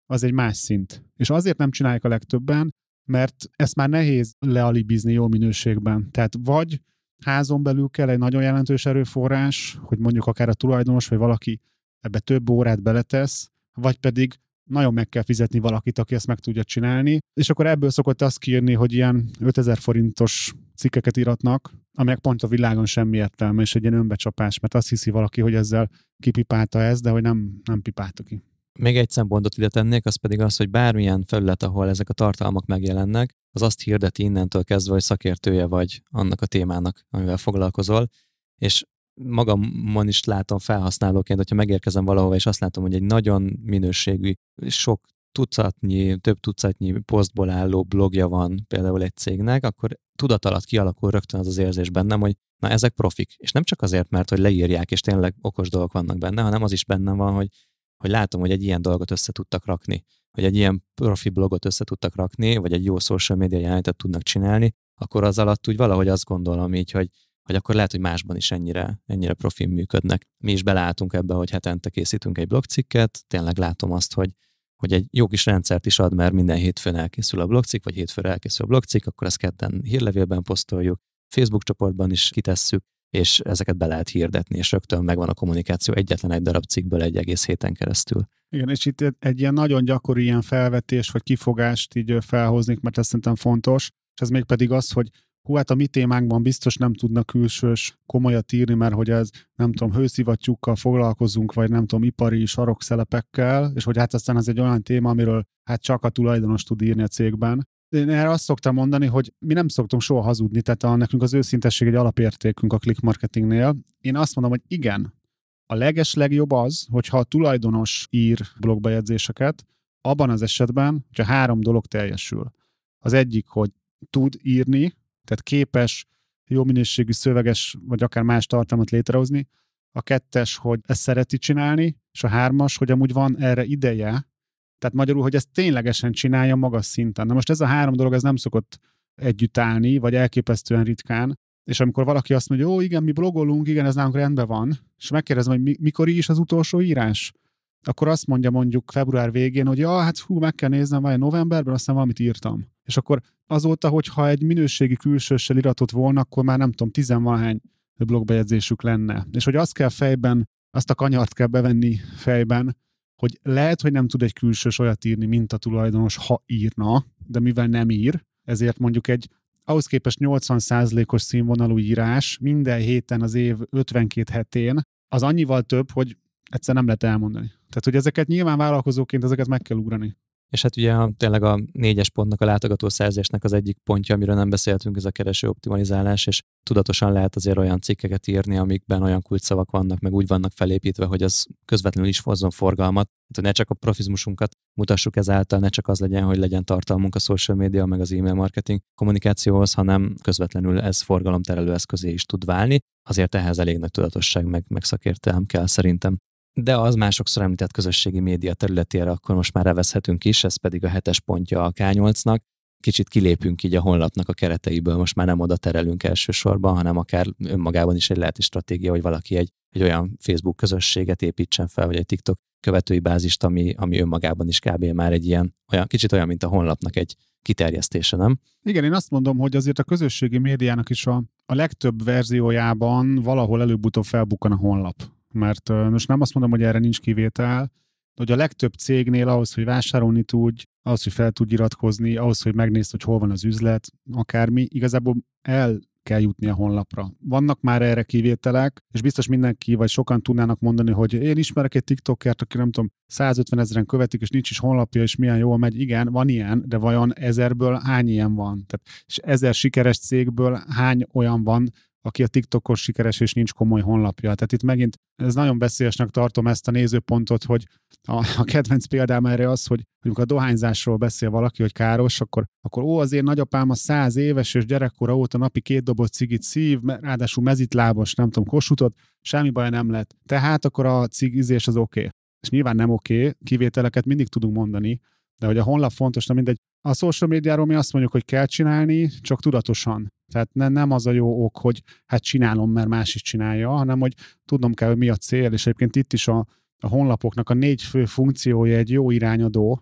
az egy más szint. És azért nem csinálják a legtöbben, mert ezt már nehéz lealibizni jó minőségben. Tehát vagy házon belül kell egy nagyon jelentős erőforrás, hogy mondjuk akár a tulajdonos, vagy valaki ebbe több órát beletesz, vagy pedig nagyon meg kell fizetni valakit, aki ezt meg tudja csinálni. És akkor ebből szokott azt kiírni, hogy ilyen ötezer forintos cikkeket íratnak, amelyek pont a világon semmi értelme, és egy ilyen önbecsapás, mert azt hiszi valaki, hogy ezzel kipipálta ezt, de hogy nem, nem pipálta ki. Még egy szempontot ide tennék, az pedig az, hogy bármilyen felület, ahol ezek a tartalmak megjelennek, az azt hirdeti innentől kezdve, hogy szakértője vagy annak a témának, amivel foglalkozol, és magamon is látom felhasználóként, hogyha megérkezem valahova, és azt látom, hogy egy nagyon minőségű, sok tucatnyi, több tucatnyi posztból álló blogja van például egy cégnek, akkor tudat alatt kialakul rögtön az az érzés bennem, hogy na ezek profik. És nem csak azért, mert hogy leírják, és tényleg okos dolgok vannak benne, hanem az is bennem van, hogy hogy látom, hogy egy ilyen dolgot össze tudtak rakni, hogy egy ilyen profi blogot össze tudtak rakni, vagy egy jó social media jelenetet tudnak csinálni, akkor az alatt úgy valahogy azt gondolom így, hogy, hogy akkor lehet, hogy másban is ennyire, ennyire profin működnek. Mi is beleálltunk ebbe, hogy hetente készítünk egy blogcikket, tényleg látom azt, hogy, hogy egy jó kis rendszert is ad, mert minden hétfőn elkészül a blogcikk, vagy hétfőre elkészül a blogcikk, akkor ezt kedden hírlevélben posztoljuk, Facebook csoportban is kitesszük, és ezeket be lehet hirdetni, és rögtön megvan a kommunikáció egyetlen egy darab cikkből egy egész héten keresztül. Igen, és itt egy ilyen nagyon gyakori ilyen felvetés, vagy kifogást így felhozni, mert ez szerintem fontos, és ez még pedig az, hogy hú, hát a mi témánkban biztos nem tudnak külsős komolyat írni, mert hogy ez, nem tudom, hőszivattyúkkal foglalkozunk, vagy nem tudom, ipari sarokszelepekkel, és hogy hát aztán ez egy olyan téma, amiről hát csak a tulajdonos tud írni a cégben. Én erre azt szoktam mondani, hogy mi nem szoktunk soha hazudni, tehát a, nekünk az őszintesség egy alapértékünk a click marketingnél. Én azt mondom, hogy igen, a leges legjobb az, hogyha a tulajdonos ír blogbejegyzéseket, abban az esetben, hogyha három dolog teljesül. Az egyik, hogy tud írni, tehát képes jó minőségű szöveges, vagy akár más tartalmat létrehozni. A kettes, hogy ezt szereti csinálni, és a hármas, hogy amúgy van erre ideje, tehát magyarul, hogy ezt ténylegesen csinálja magas szinten. Na most ez a három dolog, ez nem szokott együtt állni, vagy elképesztően ritkán, és amikor valaki azt mondja, ó, igen, mi blogolunk, igen, ez nálunk rendben van, és megkérdezem, hogy mi, mikor is az utolsó írás, akkor azt mondja mondjuk február végén, hogy ja, hát hú, meg kell néznem, vagy novemberben, aztán valamit írtam. És akkor azóta, hogyha egy minőségi külsőssel iratott volna, akkor már nem tudom, tizenvalahány blogbejegyzésük lenne. És hogy azt kell fejben, azt a kanyart kell bevenni fejben, hogy lehet, hogy nem tud egy külsős olyat írni, mint a tulajdonos, ha írna, de mivel nem ír, ezért mondjuk egy ahhoz képest nyolcvan százalékos színvonalú írás minden héten az év ötvenkét hetén, az annyival több, hogy egyszer nem lehet elmondani. Tehát, hogy ezeket nyilván vállalkozóként ezeket meg kell ugrani. És hát ugye a, tényleg a négyes pontnak, a látogató szerzésnek az egyik pontja, amiről nem beszéltünk, ez a kereső optimalizálás, és tudatosan lehet azért olyan cikkeket írni, amikben olyan kulcsszavak vannak, meg úgy vannak felépítve, hogy az közvetlenül is hozzon forgalmat. Hát, hogy ne csak a profizmusunkat mutassuk ezáltal, ne csak az legyen, hogy legyen tartalmunk a social media, meg az e-mail marketing kommunikációhoz, hanem közvetlenül ez forgalomterelő eszközé is tud válni. Azért ehhez elég nagy tudatosság, meg, meg szakértelem kell szerintem. De az már sokszor említett közösségi média területére akkor most már revezhetünk is, ez pedig a hetes pontja a ká nyolcnak. Kicsit kilépünk így a honlapnak a kereteiből, most már nem oda terelünk elsősorban, hanem akár önmagában is egy lehet stratégia, hogy valaki egy, egy olyan Facebook közösséget építsen fel, vagy egy TikTok követői bázist, ami, ami önmagában is kb. Már egy ilyen, olyan, kicsit olyan, mint a honlapnak egy kiterjesztése, nem? Igen, én azt mondom, hogy azért a közösségi médiának is a, a legtöbb verziójában valahol előbb-utóbb felbukkan a honlap. Mert most nem azt mondom, hogy erre nincs kivétel, de hogy a legtöbb cégnél ahhoz, hogy vásárolni tudj, ahhoz, hogy fel tudj iratkozni, ahhoz, hogy megnézd, hogy hol van az üzlet, akármi, igazából el kell jutni a honlapra. Vannak már erre kivételek, és biztos mindenki, vagy sokan tudnának mondani, hogy én ismerek egy TikTokert, aki nem tudom, százötven ezeren követik, és nincs is honlapja, és milyen jól megy. Igen, van ilyen, de vajon ezerből hány ilyen van? Tehát, és ezer sikeres cégből hány olyan van, aki a TikTokon sikeres és nincs komoly honlapja. Tehát itt megint ez nagyon veszélyesnek tartom ezt a nézőpontot, hogy a, a kedvenc példám erre az, hogy amikor a dohányzásról beszél valaki, hogy káros, akkor, akkor ó, az én nagyapám a száz éves, és gyerekkora óta napi két doboz cigit szív, ráadásul mezitlábas, nem tudom, kosutot, semmi baj nem lett. Tehát akkor a cigizés az oké. Okay. És nyilván nem oké, okay, kivételeket mindig tudunk mondani, de hogy a honlap fontos, nem mindegy. A social médiáról mi azt mondjuk, hogy kell csinálni, csak tudatosan. Tehát ne, nem az a jó ok, hogy hát csinálom, mert más is csinálja, hanem hogy tudnom kell, hogy mi a cél, és egyébként itt is a, a honlapoknak a négy fő funkciója egy jó irányadó,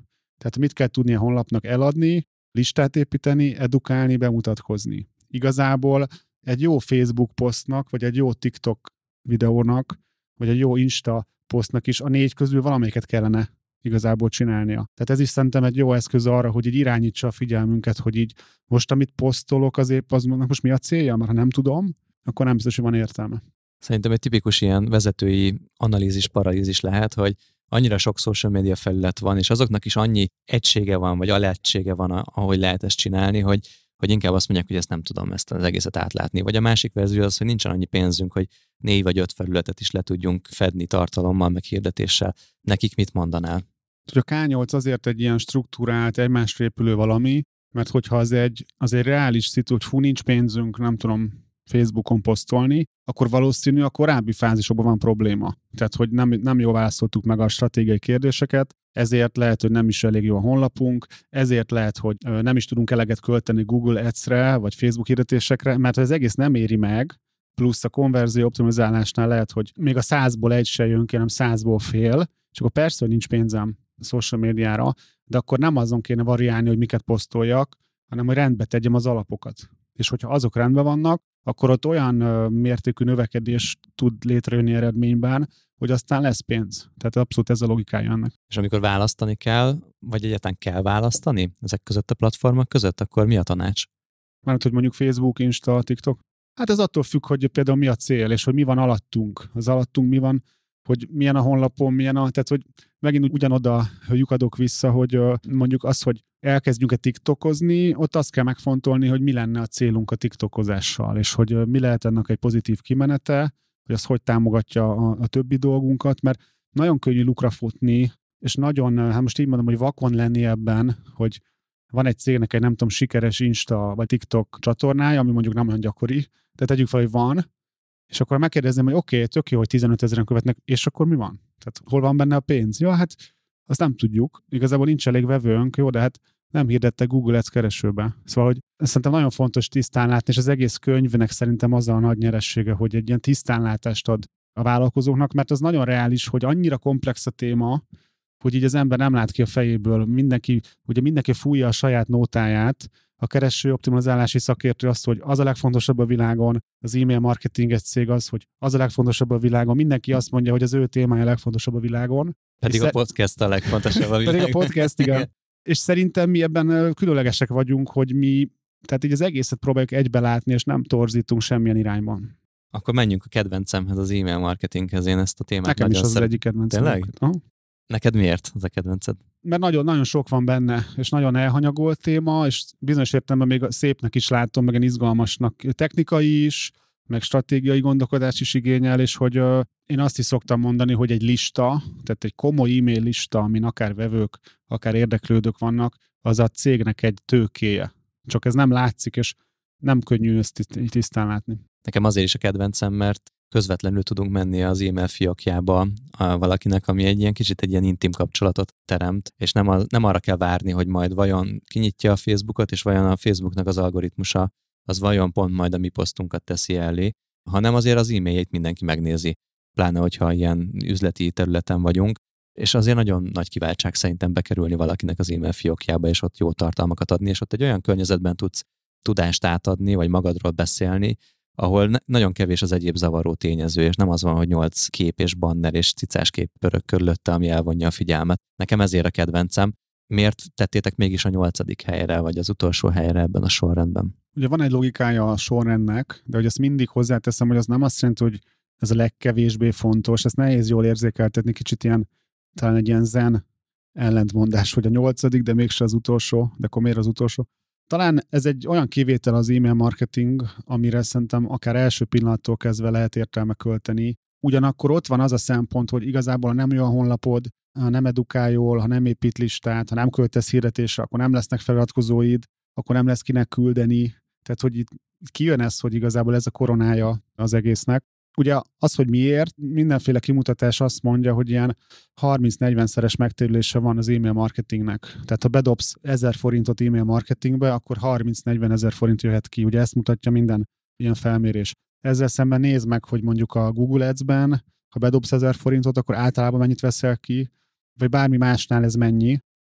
Tehát mit kell tudni a honlapnak eladni, listát építeni, edukálni, bemutatkozni. Igazából egy jó Facebook posztnak, vagy egy jó TikTok videónak, vagy egy jó Insta posztnak is a négy közül valamelyiket kellene igazából csinálnia. Tehát ez is szerintem egy jó eszköz arra, hogy így irányítsa a figyelmünket, hogy így most, amit posztolok, az épp az most mi a célja, mert ha nem tudom, akkor nem biztos, hogy van értelme. Szerintem egy tipikus ilyen vezetői analízis, paralízis lehet, hogy annyira sok social media felület van, és azoknak is annyi egysége van, vagy alegysége van, ahogy lehet ezt csinálni, hogy, hogy inkább azt mondják, hogy ezt nem tudom ezt az egészet átlátni. Vagy a másik verzió az, hogy nincsen annyi pénzünk, hogy négy vagy öt felületet is le tudjunk fedni tartalommal, meg hirdetéssel. Nekik mit mondanál? A ká nyolc azért egy ilyen struktúrált, egymásra épülő valami, mert hogyha az egy, az egy reális szitu, hogy fú, nincs pénzünk, nem tudom Facebookon posztolni, akkor valószínű a korábbi fázisokban van probléma. Tehát, hogy nem, nem jól válaszoltuk meg a stratégiai kérdéseket, ezért lehet, hogy nem is elég jó a honlapunk, ezért lehet, hogy nem is tudunk eleget költeni Google Ads-re, vagy Facebook hirdetésekre, mert az egész nem éri meg, plusz a konverzió optimizálásnál lehet, hogy még a százból egy se jön ki, hanem százból fél, és akkor persze, hogy nincs pénzem a social médiára, de akkor nem azon kéne variálni, hogy miket posztoljak, hanem hogy rendbe tegyem az alapokat. És hogyha azok rendben vannak, akkor ott olyan mértékű növekedés tud létrejönni eredményben, hogy aztán lesz pénz. Tehát abszolút ez a logikája ennek. És amikor választani kell, vagy egyáltalán kell választani ezek között a platformok között, akkor mi a tanács? Mármint, hogy mondjuk Facebook, Insta, TikTok? Hát ez attól függ, hogy például mi a cél, és hogy mi van alattunk. Az alattunk mi van, hogy milyen a honlapon, milyen a... Tehát, hogy megint ugyanoda lyukadok vissza, hogy mondjuk az, hogy elkezdjünk-e tiktokozni, ott azt kell megfontolni, hogy mi lenne a célunk a tiktokozással, és hogy mi lehet ennek egy pozitív kimenete, hogy az hogy támogatja a, a többi dolgunkat, mert nagyon könnyű lukra futni, és nagyon, hát most így mondom, hogy vakon lenni ebben, hogy van egy cégnek egy nem tudom, sikeres Insta vagy TikTok csatornája, ami mondjuk nem olyan gyakori, de tegyük fel, hogy van, és akkor megkérdezném, hogy oké, okay, tök jó, hogy tizenöt ezeren követnek, és akkor mi van? Tehát hol van benne a pénz? Ja, hát azt nem tudjuk. Igazából nincs elég vevőnk, jó, de hát nem hirdette Google Ads keresőbe. Szóval, hogy szerintem nagyon fontos tisztán látni, és az egész könyvnek szerintem az a nagy nyeressége, hogy egy ilyen tisztánlátást ad a vállalkozóknak, mert az nagyon reális, hogy annyira komplex a téma, hogy így az ember nem lát ki a fejéből. Mindenki, ugye mindenki fújja a saját nótáját, a kereső optimalizálási szakértő azt, hogy az a legfontosabb a világon, az e-mail marketing egy cég az, hogy az a legfontosabb a világon. Mindenki azt mondja, hogy az ő témája a legfontosabb a világon. Pedig a podcast a legfontosabb a világon. Pedig a podcast, igen. És szerintem mi ebben különlegesek vagyunk, hogy mi, tehát így az egészet próbáljuk egybe látni, és nem torzítunk semmilyen irányban. Akkor menjünk a kedvencemhez, az e-mail marketinghez. Én ezt a témát Nekem is az, szeret... az egyik kedvencem. Tényleg? Neked miért az a kedvenced? Mert nagyon, nagyon sok van benne, és nagyon elhanyagolt téma, és bizonyos értelemben még szépnek is látom, meg izgalmasnak. Technikai is, meg stratégiai gondolkodás is igényel, és hogy uh, én azt is szoktam mondani, hogy egy lista, tehát egy komoly e-mail lista, amin akár vevők, akár érdeklődők vannak, az a cégnek egy tőkéje. Csak ez nem látszik, és nem könnyű ezt tisztán látni. Nekem azért is a kedvencem, mert közvetlenül tudunk menni az e-mail fiókjába a valakinek, ami egy ilyen kicsit egy ilyen intim kapcsolatot teremt, és nem, a, nem arra kell várni, hogy majd vajon kinyitja a Facebookot, és vajon a Facebooknak az algoritmusa, az vajon pont majd a mi posztunkat teszi elé, hanem azért az e-mailjét mindenki megnézi, pláne hogyha ilyen üzleti területen vagyunk, és azért nagyon nagy kiváltság szerintem bekerülni valakinek az e-mail fiókjába, és ott jó tartalmakat adni, és ott egy olyan környezetben tudsz tudást átadni, vagy magadról beszélni, ahol ne, nagyon kevés az egyéb zavaró tényező, és nem az van, hogy nyolc kép és banner és cicás kép pörög körülötte, ami elvonja a figyelmet. Nekem ezért a kedvencem. Miért tettétek mégis a nyolcadik helyre, vagy az utolsó helyre ebben a sorrendben? Ugye van egy logikája a sorrendnek, de hogy ezt mindig hozzáteszem, hogy az nem azt jelenti, hogy ez a legkevésbé fontos, ezt nehéz jól érzékeltetni, kicsit ilyen, talán egy ilyen zen ellentmondás, hogy a nyolcadik, de mégse az utolsó, de akkor miért az utolsó? Talán ez egy olyan kivétel az e-mail marketing, amire szerintem akár első pillanattól kezdve lehet értelme költeni. Ugyanakkor ott van az a szempont, hogy igazából ha nem jó a honlapod, ha nem edukálol, ha nem épít listát, ha nem költesz hirdetésre, akkor nem lesznek feliratkozóid, akkor nem lesz kinek küldeni. Tehát, hogy itt kijön ez, hogy igazából ez a koronája az egésznek. Ugye az, hogy miért, mindenféle kimutatás azt mondja, hogy ilyen harminc-negyvenszeres megtérülése van az e-mail marketingnek. Tehát ha bedobsz ezer forintot e-mail marketingbe, akkor harminc-negyven ezer forint jöhet ki. Ugye ezt mutatja minden ilyen felmérés. Ezzel szemben nézd meg, hogy mondjuk a Google Ads-ben, ha bedobsz ezer forintot, akkor általában mennyit veszel ki, vagy bármi másnál ez mennyi.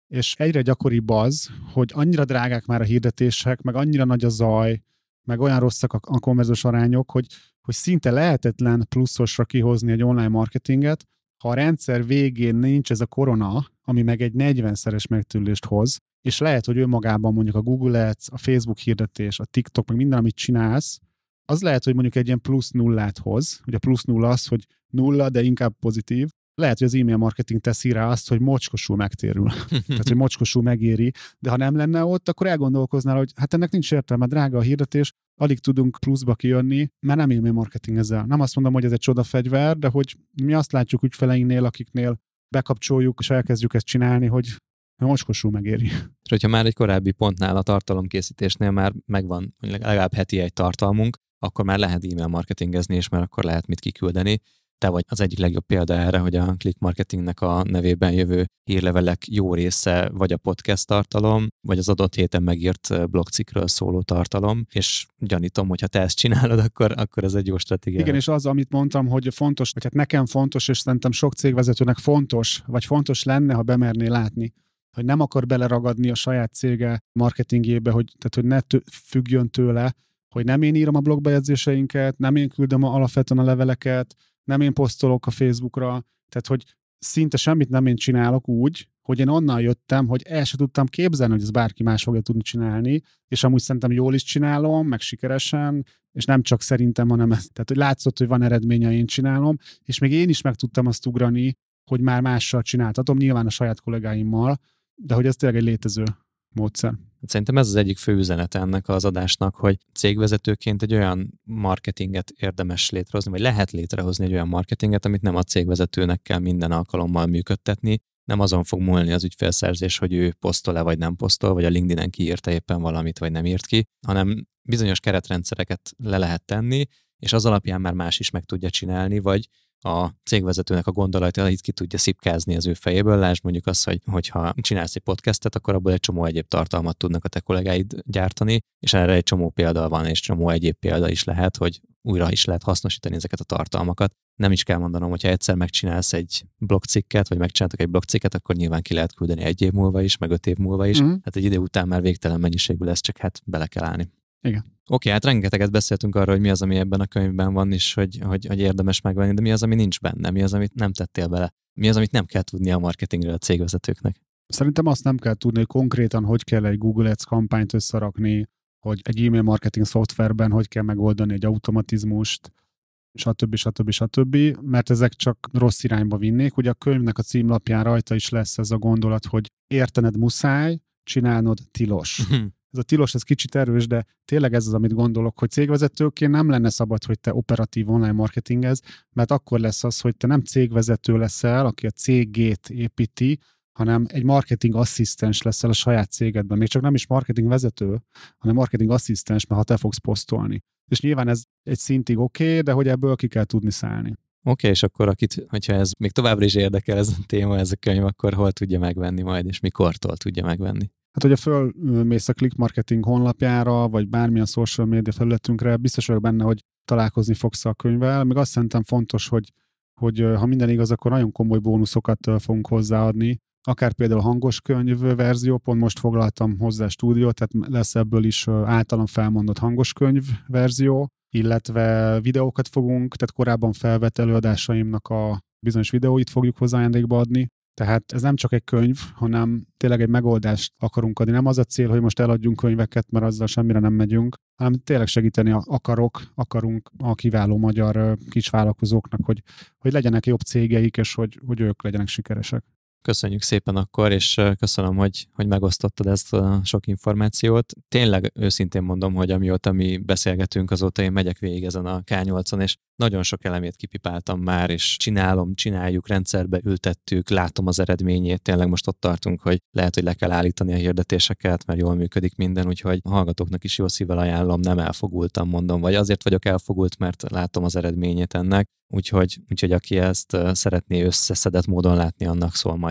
és egyre gyakoribb az, hogy annyira drágák már a hirdetések, meg annyira nagy a zaj, meg olyan rosszak a, a konverziós arányok, hogy, hogy szinte lehetetlen pluszosra kihozni egy online marketinget, ha a rendszer végén nincs ez a korona, ami meg egy negyvenszeres megtűrülést hoz, és lehet, hogy önmagában mondjuk a Google Ads, a Facebook hirdetés, a TikTok, meg minden, amit csinálsz, az lehet, hogy mondjuk egy ilyen plusz nullát hoz. Ugye a plusz nulla az, hogy nulla, de inkább pozitív. Lehet, hogy az e-mail marketing teszi rá azt, hogy mocskosul megtérül. Tehát, hogy mocskosul megéri. De ha nem lenne ott, akkor elgondolkoznál, hogy hát ennek nincs értelme, drága a hirdetés, alig tudunk pluszba kijönni, mert nem e-mail marketing ezzel. Nem azt mondom, hogy ez egy csodafegyver, de hogy mi azt látjuk ügyfeleinknél, akiknél bekapcsoljuk, és elkezdjük ezt csinálni, hogy mocskosul megéri. És hogyha már egy korábbi pontnál a tartalomkészítésnél már megvan legalább heti egy tartalmunk, akkor már lehet e-mail marketingezni, és már akkor lehet mit kiküldeni. Te vagy az egyik legjobb példa erre, hogy a click marketingnek a nevében jövő hírlevelek jó része vagy a podcast tartalom, vagy az adott héten megírt blogcikkről szóló tartalom, és gyanítom, hogy ha te ezt csinálod, akkor, akkor ez egy jó stratégia. Igen, és az, amit mondtam, hogy fontos, vagy hát nekem fontos, és szerintem sok cégvezetőnek fontos, vagy fontos lenne, ha bemerné látni, hogy nem akar beleragadni a saját cége marketingjébe, hogy, tehát, hogy ne tő, függjön tőle, hogy nem én írom a blogbejegyzéseinket, nem én küldöm alapvetően a leveleket, nem én posztolok a Facebookra, tehát hogy szinte semmit nem én csinálok úgy, hogy én onnan jöttem, hogy el sem tudtam képzelni, hogy ez bárki más fogja tudni csinálni, és amúgy szerintem jól is csinálom, meg sikeresen, és nem csak szerintem, hanem ez. Tehát, hogy látszott, hogy van eredménye, én csinálom, és még én is meg tudtam azt ugrani, hogy már mással csináltatom, nyilván a saját kollégáimmal, de hogy ez tényleg egy létező módszer. Szerintem ez az egyik fő üzenete ennek az adásnak, hogy cégvezetőként egy olyan marketinget érdemes létrehozni, vagy lehet létrehozni egy olyan marketinget, amit nem a cégvezetőnek kell minden alkalommal működtetni, nem azon fog múlni az ügyfélszerzés, hogy ő posztol-e vagy nem posztol, vagy a LinkedIn-en kiírta éppen valamit, vagy nem írt ki, hanem bizonyos keretrendszereket le lehet tenni, és az alapján már más is meg tudja csinálni, vagy a cégvezetőnek a gondolatait ki tudja szipkázni az ő fejéből. Lásd mondjuk azt, hogy hogyha csinálsz egy podcastet, akkor abból egy csomó egyéb tartalmat tudnak a te kollégáid gyártani, és erre egy csomó példa van, és csomó egyéb példa is lehet, hogy újra is lehet hasznosítani ezeket a tartalmakat. Nem is kell mondanom, hogyha egyszer megcsinálsz egy blogcikket, vagy megcsináltak egy blogcikket, akkor nyilván ki lehet küldeni egy év múlva is, meg öt év múlva is. Mm. Hát egy idő után már végtelen mennyiségű lesz, csak hát bele kell állni. Igen. Oké, hát rengeteget beszéltünk arról, hogy mi az, ami ebben a könyvben van, és hogy, hogy, hogy érdemes megvenni, de mi az, ami nincs benne, mi az, amit nem tettél bele, mi az, amit nem kell tudni a marketingről a cégvezetőknek. Szerintem azt nem kell tudni, hogy konkrétan hogy kell egy Google Ads kampányt összerakni, hogy egy e-mail marketing szoftverben hogy kell megoldani egy automatizmust, stb. stb. stb. Mert ezek csak rossz irányba vinnék. Ugye a könyvnek a címlapján rajta is lesz ez a gondolat, hogy értened muszáj, csinálnod tilos. Ez a tilos, ez kicsit erős, de tényleg ez az, amit gondolok, hogy cégvezetőként nem lenne szabad, hogy te operatív online marketingez, mert akkor lesz az, hogy te nem cégvezető leszel, aki a cégét építi, hanem egy marketing asszisztens leszel a saját cégedben. Még csak nem is marketing vezető, hanem marketing asszisztens, mert ha te fogsz posztolni. És nyilván ez egy szintig oké, okay, de hogy ebből ki kell tudni szállni. Oké, okay, és akkor akit, hogyha ez még továbbra is érdekel ez a téma, ez a könyv, akkor hol tudja megvenni majd, és mikortól tudja megvenni? Hát, hogyha fölmész a Click Marketing honlapjára, vagy bármilyen social media felületünkre, biztos vagyok benne, hogy találkozni fogsz a könyvvel. Még azt szerintem fontos, hogy, hogy ha minden igaz, akkor nagyon komoly bónuszokat fogunk hozzáadni. Akár például a hangos könyv verzió, pont most foglaltam hozzá stúdiót, tehát lesz ebből is általam felmondott hangos könyv verzió, illetve videókat fogunk, tehát korábban felvett előadásaimnak a bizonyos videóit fogjuk hozzá ajándékba adni. Tehát ez nem csak egy könyv, hanem tényleg egy megoldást akarunk adni. Nem az a cél, hogy most eladjunk könyveket, mert azzal semmire nem megyünk, hanem tényleg segíteni akarok, akarunk a kiváló magyar kisvállalkozóknak, hogy, hogy legyenek jobb cégeik, és hogy, hogy ők legyenek sikeresek. Köszönjük szépen akkor, és köszönöm, hogy, hogy megosztottad ezt a sok információt. Tényleg őszintén mondom, hogy amióta mi beszélgetünk, azóta én megyek végig ezen a ká nyolcon, és nagyon sok elemét kipipáltam már, és csinálom, csináljuk, rendszerbe ültettük, látom az eredményét, tényleg most ott tartunk, hogy lehet, hogy le kell állítani a hirdetéseket, mert jól működik minden, úgyhogy a hallgatóknak is jó szívvel ajánlom, nem elfogultam, mondom, vagy azért vagyok elfogult, mert látom az eredményét ennek, úgyhogy, úgyhogy aki ezt szeretné összeszedett módon látni, annak szól majd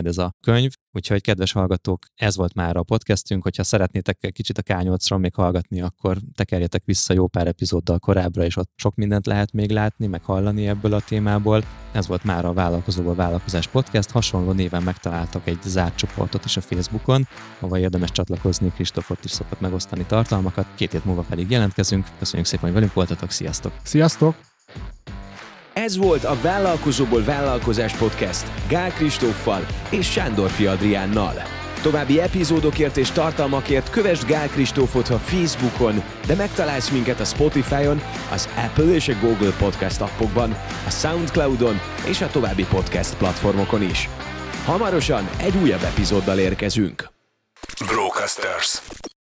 majd ez a könyv. Úgyhogy kedves hallgatók, ez volt már a podcastünk, hogyha szeretnétek egy kicsit a ká nyolcról még hallgatni, akkor tekerjetek vissza jó pár epizóddal korábbra, és ott sok mindent lehet még látni, meg hallani ebből a témából. Ez volt már a Vállalkozóból Vállalkozás Podcast, hasonló néven megtaláltak egy zárt csoportot is a Facebookon, ahol érdemes csatlakozni, Kristóf ott is szokott megosztani tartalmakat, két hét múlva pedig jelentkezünk. Köszönjük szépen, hogy velünk voltatok, sziasztok! Sziasztok! Ez volt a Vállalkozóból Vállalkozás Podcast Gál Kristóffal és Sándorfi Adriánnal. További epizódokért és tartalmakért kövesd Gál Kristófot a Facebookon, de megtalálsz minket a Spotify-on, az Apple és a Google Podcast appokban, a Soundcloudon és a további podcast platformokon is. Hamarosan egy újabb epizóddal érkezünk. Brocasters.